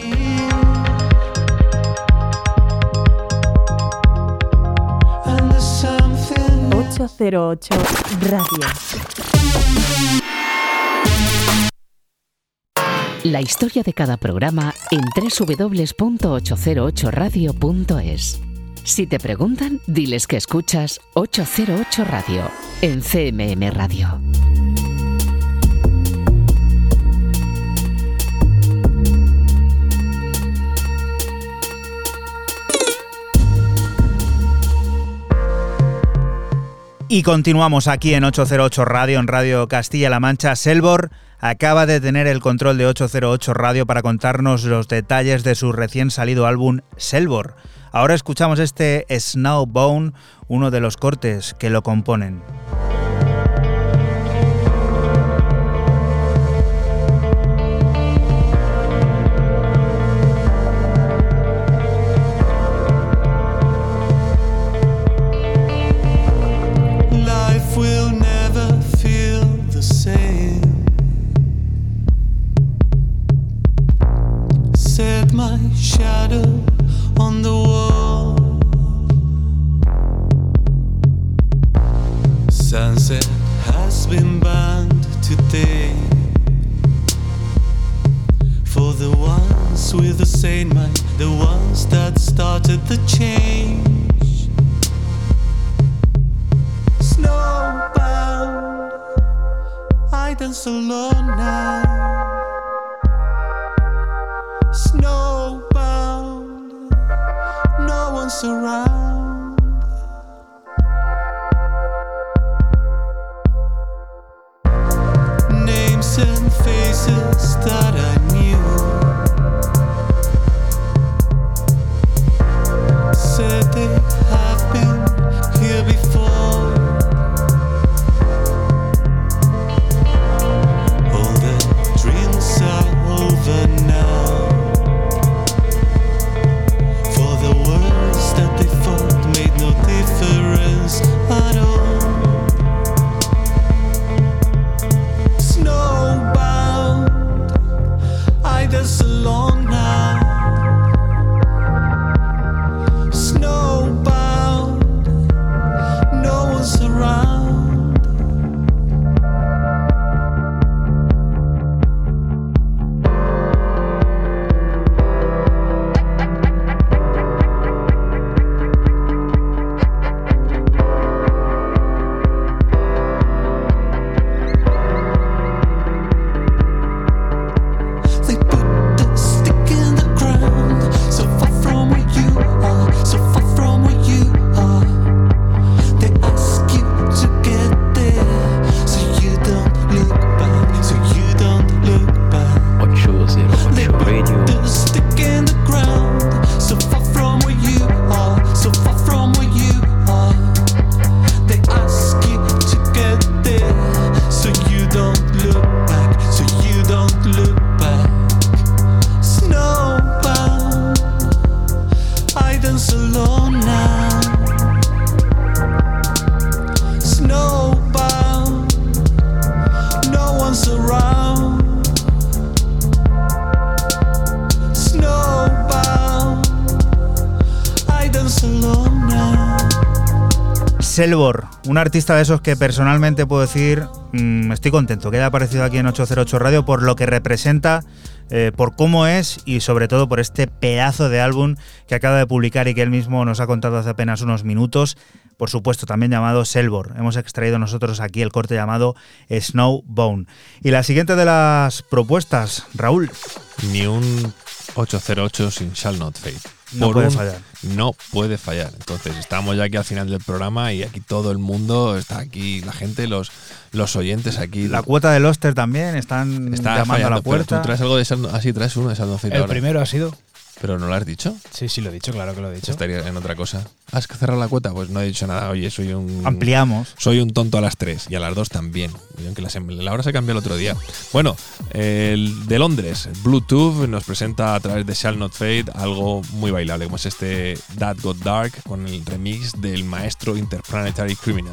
...808 Radio. La historia de cada programa en www.808radio.es. Si te preguntan, diles que escuchas 808 Radio en CMM Radio. Y continuamos aquí en 808 Radio, en Radio Castilla-La Mancha. Selbor acaba de tener el control de 808 Radio para contarnos los detalles de su recién salido álbum Selbor. Ahora escuchamos este Snowbone, uno de los cortes que lo componen. Shadow on insane mind, the ones that started the change. Snowbound, I dance alone now. Snowbound, no one's around. Names and faces that I knew said they have been here before. All the dreams are over now. For the words that they thought made no difference at all. Snowbound, I dance alone now. Snowbound, no one's around. They put the stick in the ground, so far from where you are, so far from where you are. They ask you to get there, so you don't look back, so you don't look back. 808 They Radio. put the stick in the ground, so far from where you are, so far from where you are. They ask you to get there, so you don't look back, so you don't look back. Snowbound, I dance alone now. Snowbound, no one's around. Snowbound, I dance alone now. Selbor, un artista de esos que personalmente puedo decir, estoy contento que haya aparecido aquí en 808 Radio por lo que representa, por cómo es y sobre todo por este pedazo de álbum que acaba de publicar y que él mismo nos ha contado hace apenas unos minutos, por supuesto también llamado Selbor. Hemos extraído nosotros aquí el corte llamado Snowbound. Y la siguiente de las propuestas, Raúl. Ni un 808 sin Shall Not Fade. No puede fallar. No puede fallar. Entonces, estamos ya aquí al final del programa y aquí todo el mundo está aquí, la gente, los oyentes aquí. La cuota del Oster también están está llamando fallando, a la puerta. Pero tú traes algo de Shall Not, así traes uno de Shall Not Fade El ahora. primero ha sido. ¿Pero no lo has dicho? Sí, lo he dicho, claro que lo he dicho. Estaría en otra cosa. ¿Has cerrado la cuota? Pues no he dicho nada. Oye, soy un... Ampliamos. Soy un tonto a las 3 y a las 2 también. Aunque la hora se cambió el otro día. Bueno, el de Londres, Bluetooth, nos presenta a través de Shall Not Fade algo muy bailable, como es este That Got Dark con el remix del maestro Interplanetary Criminal.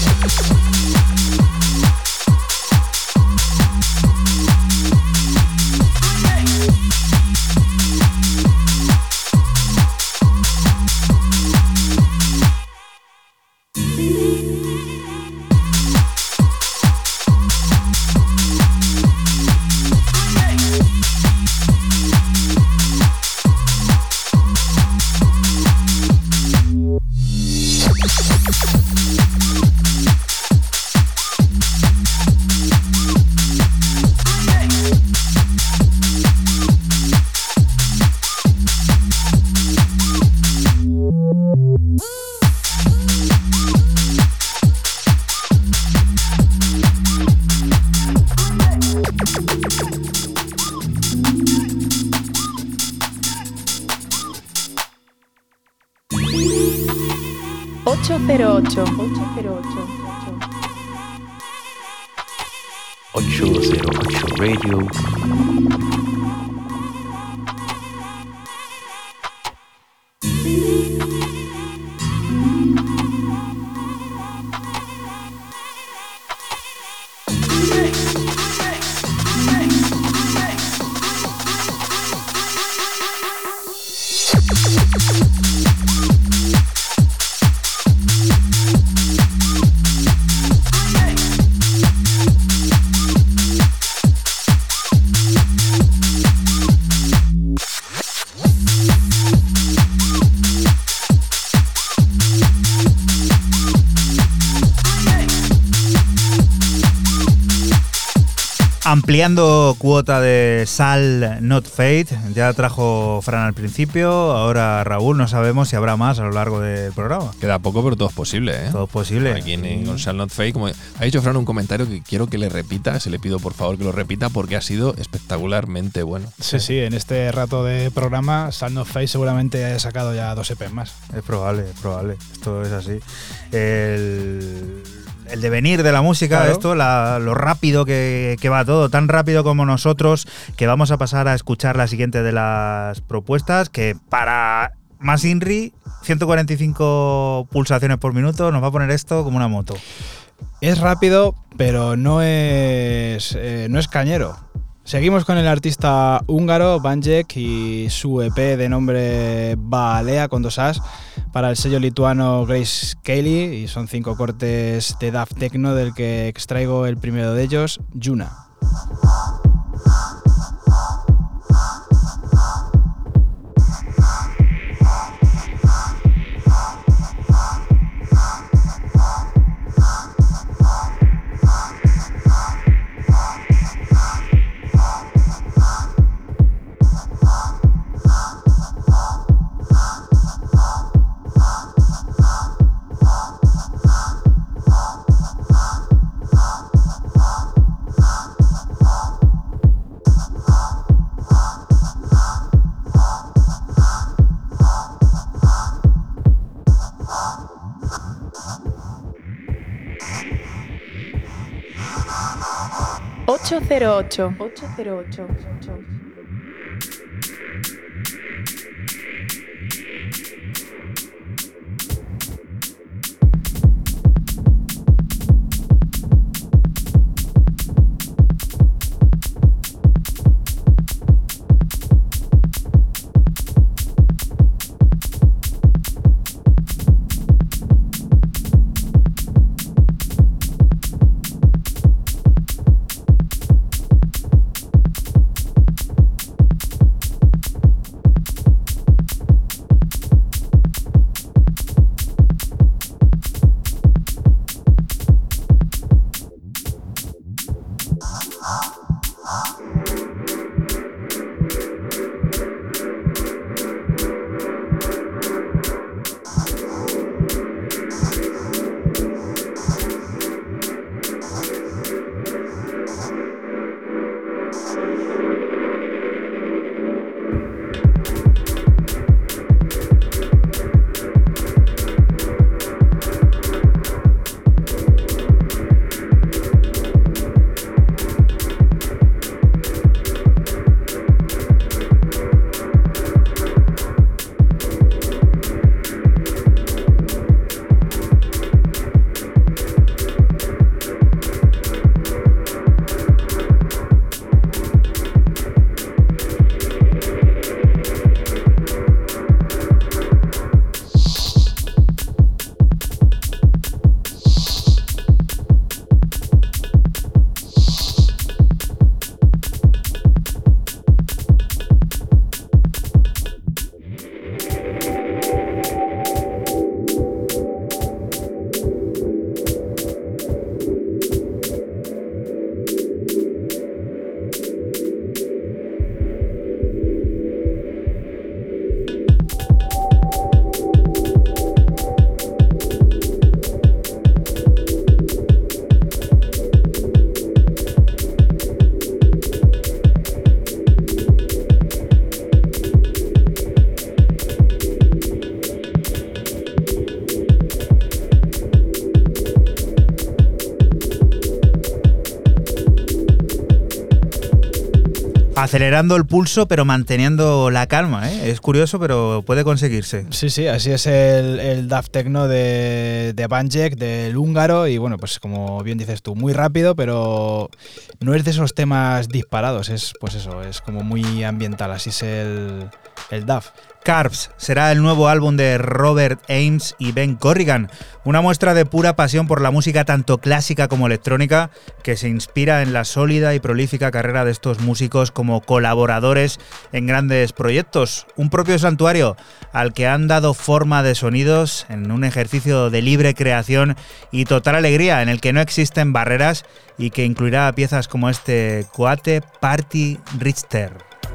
808. 808 Radio. Ampliando cuota de Sal Not Fate, ya trajo Fran al principio, ahora Raúl, no sabemos si habrá más a lo largo del programa. Queda poco, pero todo es posible, ¿eh? Todo es posible. Aquí en Sal Not Fate, como ha dicho Fran un comentario que quiero que le repita, se le pido por favor que lo repita porque ha sido espectacularmente bueno. Sí, en este rato de programa Sal Not Fate seguramente haya sacado ya 2 EPs más. Es probable, esto es así. El devenir de la música, claro. Esto, lo rápido que va todo, tan rápido como nosotros, que vamos a pasar a escuchar la siguiente de las propuestas, que para más INRI, 145 pulsaciones por minuto, nos va a poner esto como una moto. Es rápido, pero no es cañero. Seguimos con el artista húngaro Banjek y su EP de nombre Baalea con 2 As para el sello lituano Grace Kelly, y son 5 cortes de Daft Techno del que extraigo el primero de ellos, Yuna. Ocho. 808. Acelerando el pulso pero manteniendo la calma, ¿eh? Es curioso, pero puede conseguirse. Sí, así es el Daft Techno de Vangelis, del húngaro, y bueno, pues como bien dices tú, muy rápido, pero no es de esos temas disparados, es pues eso, es como muy ambiental, así es el Daft. Carbs será el nuevo álbum de Robert Ames y Ben Corrigan, una muestra de pura pasión por la música tanto clásica como electrónica, que se inspira en la sólida y prolífica carrera de estos músicos como colaboradores en grandes proyectos, un propio santuario al que han dado forma de sonidos en un ejercicio de libre creación y total alegría en el que no existen barreras y que incluirá piezas como este Quate Party Richter.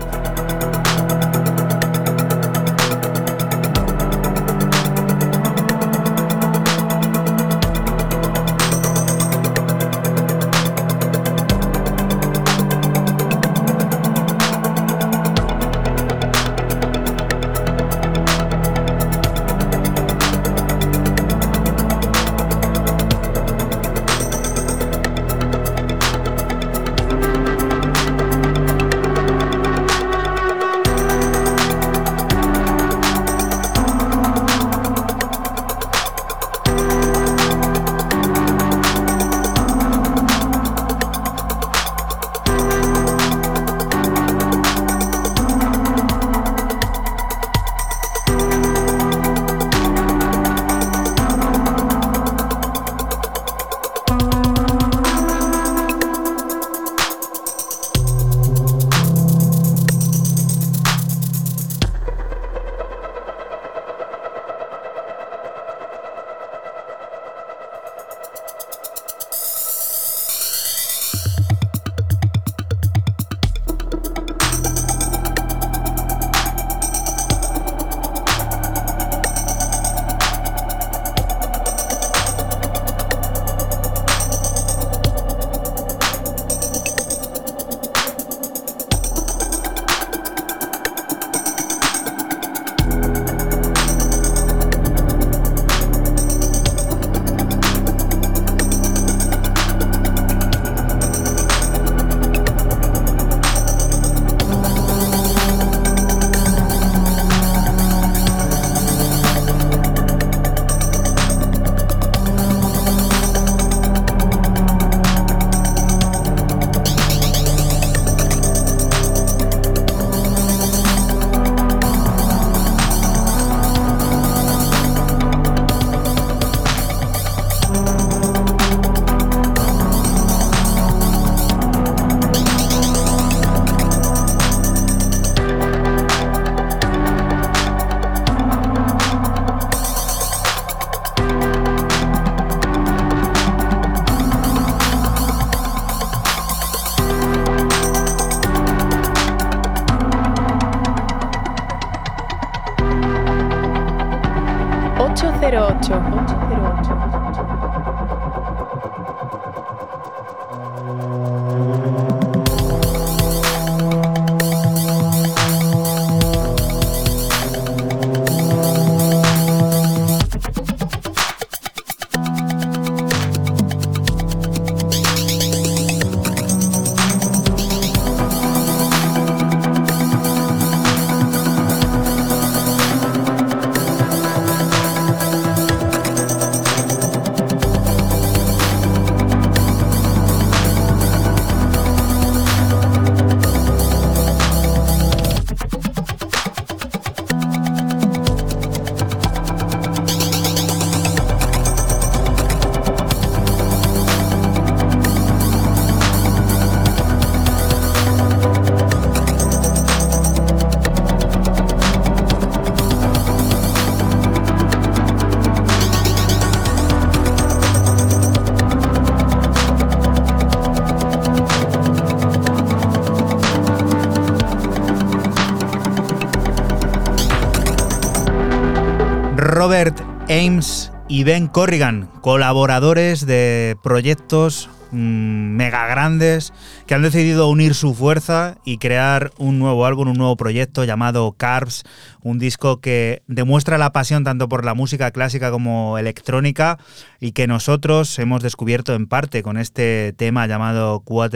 Robert Ames y Ben Corrigan, colaboradores de proyectos mega grandes que han decidido unir su fuerza y crear un nuevo álbum, un nuevo proyecto llamado Carbs, un disco que demuestra la pasión tanto por la música clásica como electrónica y que nosotros hemos descubierto en parte con este tema llamado Quate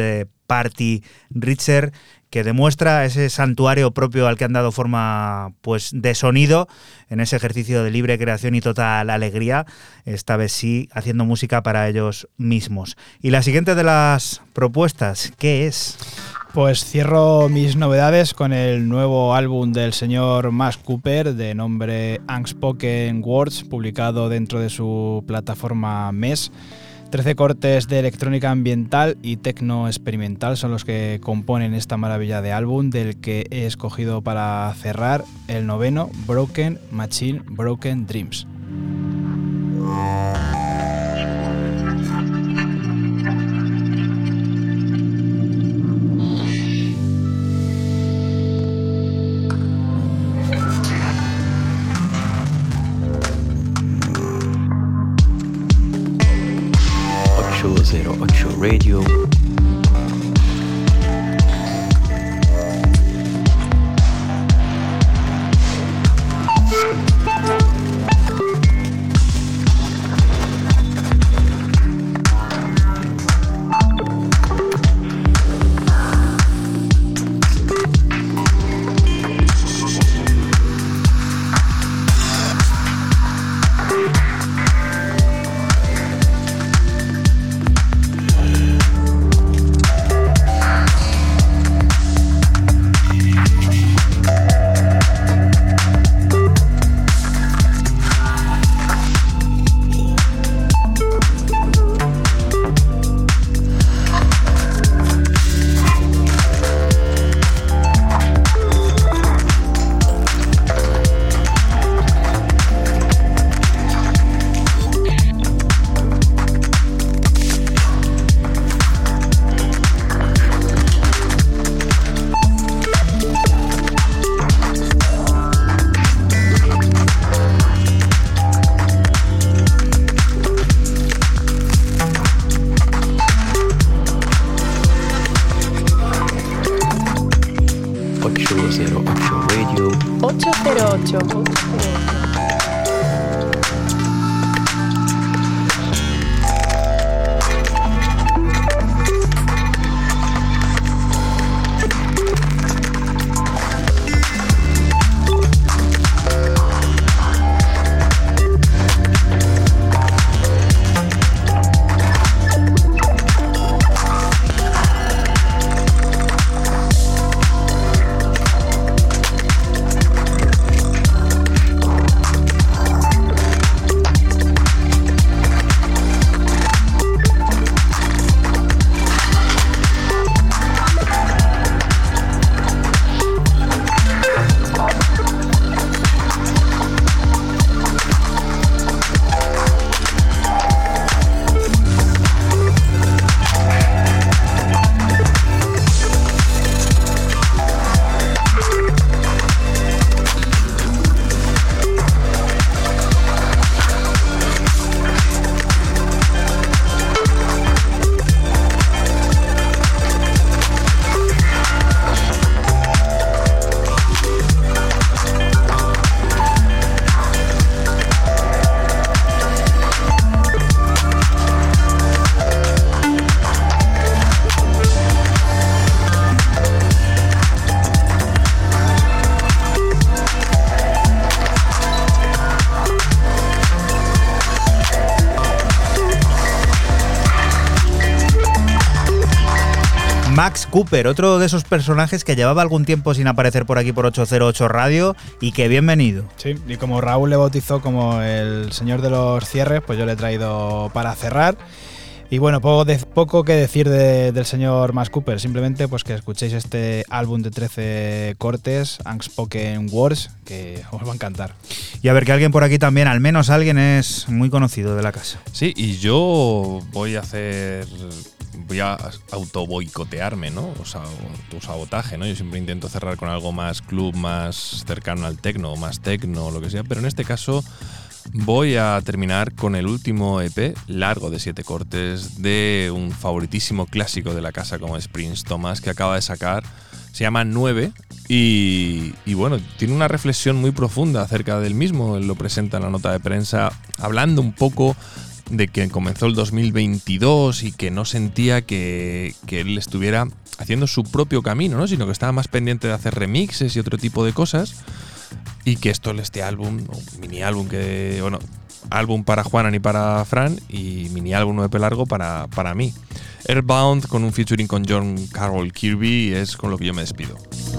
Party Richer, que demuestra ese santuario propio al que han dado forma pues de sonido en ese ejercicio de libre creación y total alegría, esta vez sí haciendo música para ellos mismos. Y la siguiente de las propuestas, ¿qué es? Pues cierro mis novedades con el nuevo álbum del señor Max Cooper de nombre Unspoken Words, publicado dentro de su plataforma MES. 13 cortes de electrónica ambiental y tecno experimental son los que componen esta maravilla de álbum, del que he escogido para cerrar el noveno, Broken Machine, Broken Dreams. 808 Radio. Radio. 808. Max Cooper, otro de esos personajes que llevaba algún tiempo sin aparecer por aquí por 808 Radio y que bienvenido. Sí, y como Raúl le bautizó como el señor de los cierres, pues yo le he traído para cerrar. Y bueno, poco que decir del señor Max Cooper, simplemente pues que escuchéis este álbum de 13 cortes, Unspoken Words, que os va a encantar. Y a ver, que alguien por aquí también, al menos alguien es muy conocido de la casa. Sí, y yo voy a auto boicotearme, ¿no? O sea, autosabotaje, ¿no? Yo siempre intento cerrar con algo más club, más cercano al techno, más techno, lo que sea, pero en este caso voy a terminar con el último EP largo de 7 cortes de un favoritísimo clásico de la casa como es Prince Thomas, que acaba de sacar. Se llama 9 y bueno, tiene una reflexión muy profunda acerca del mismo. Él lo presenta en la nota de prensa, hablando un poco de que comenzó el 2022 y que no sentía que él estuviera haciendo su propio camino, ¿no? Sino que estaba más pendiente de hacer remixes y otro tipo de cosas, y que este álbum, o mini álbum, que bueno, álbum para Juanan y para Fran, y mini álbum EP largo para mí. Airbound, con un featuring con John Carroll Kirby, es con lo que yo me despido.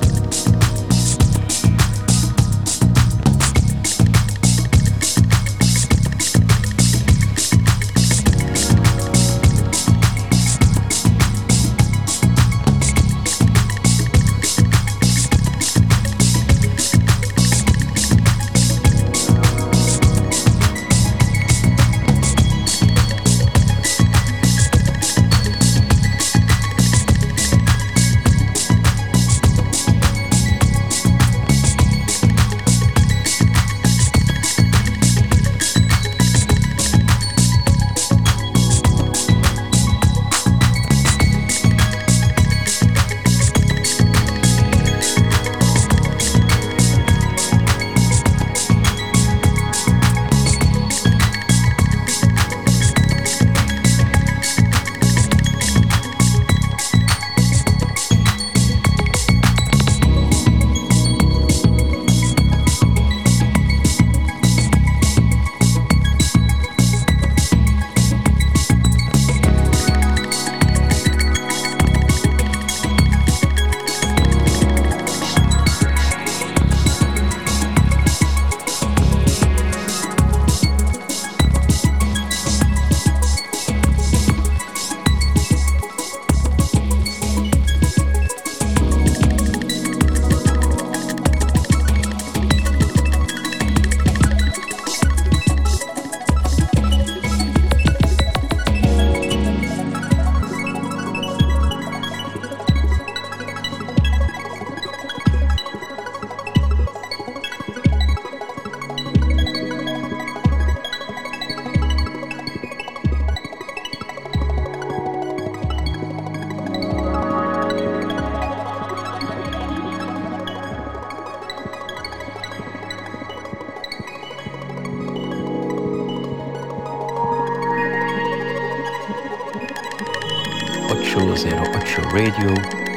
Radio.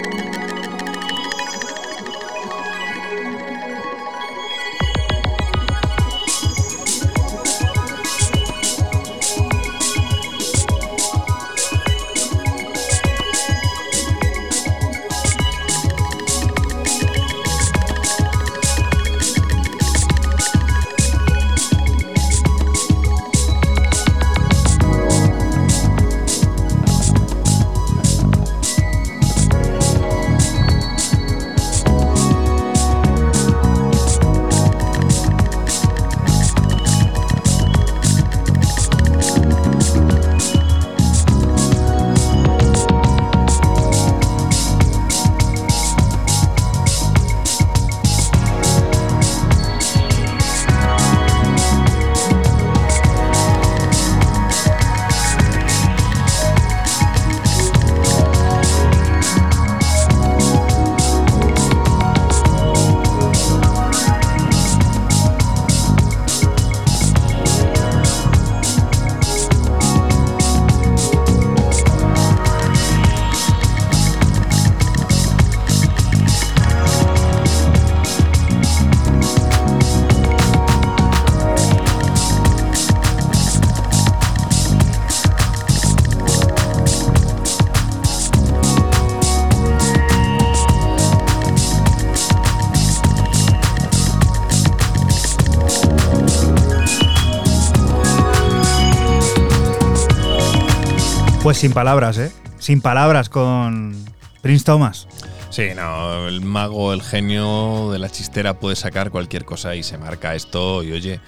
Pues sin palabras, ¿eh? Sin palabras con Prince Thomas. Sí, no, el mago, el genio de la chistera puede sacar cualquier cosa y se marca esto. Y oye,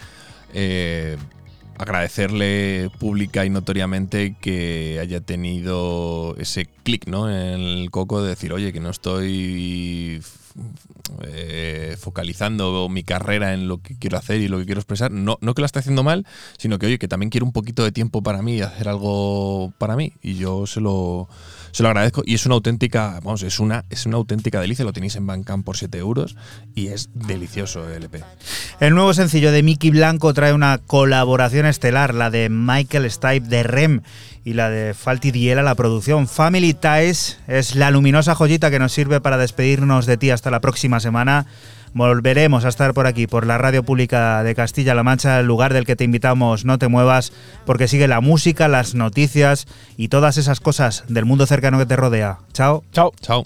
agradecerle pública y notoriamente que haya tenido ese clic, ¿no?, en el coco de decir, oye, que no estoy focalizando mi carrera en lo que quiero hacer y lo que quiero expresar. No que la esté haciendo mal, sino que, oye, que también quiero un poquito de tiempo para mí y hacer algo para mí. Y yo se lo agradezco. Y es una auténtica, vamos, es una auténtica delicia. Lo tenéis en Bandcamp por 7 euros y es delicioso el EP. El nuevo sencillo de Miki Blanco trae una colaboración estelar, la de Michael Stipe de REM y la de Falti Diela, la producción. Family Ties es la luminosa joyita que nos sirve para despedirnos de ti hasta la próxima semana. Volveremos a estar por aquí, por la Radio Pública de Castilla-La Mancha, el lugar del que te invitamos. No te muevas, porque sigue la música, las noticias y todas esas cosas del mundo cercano que te rodea. Chao. Chao. Chao.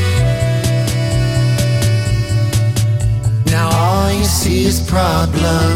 Problem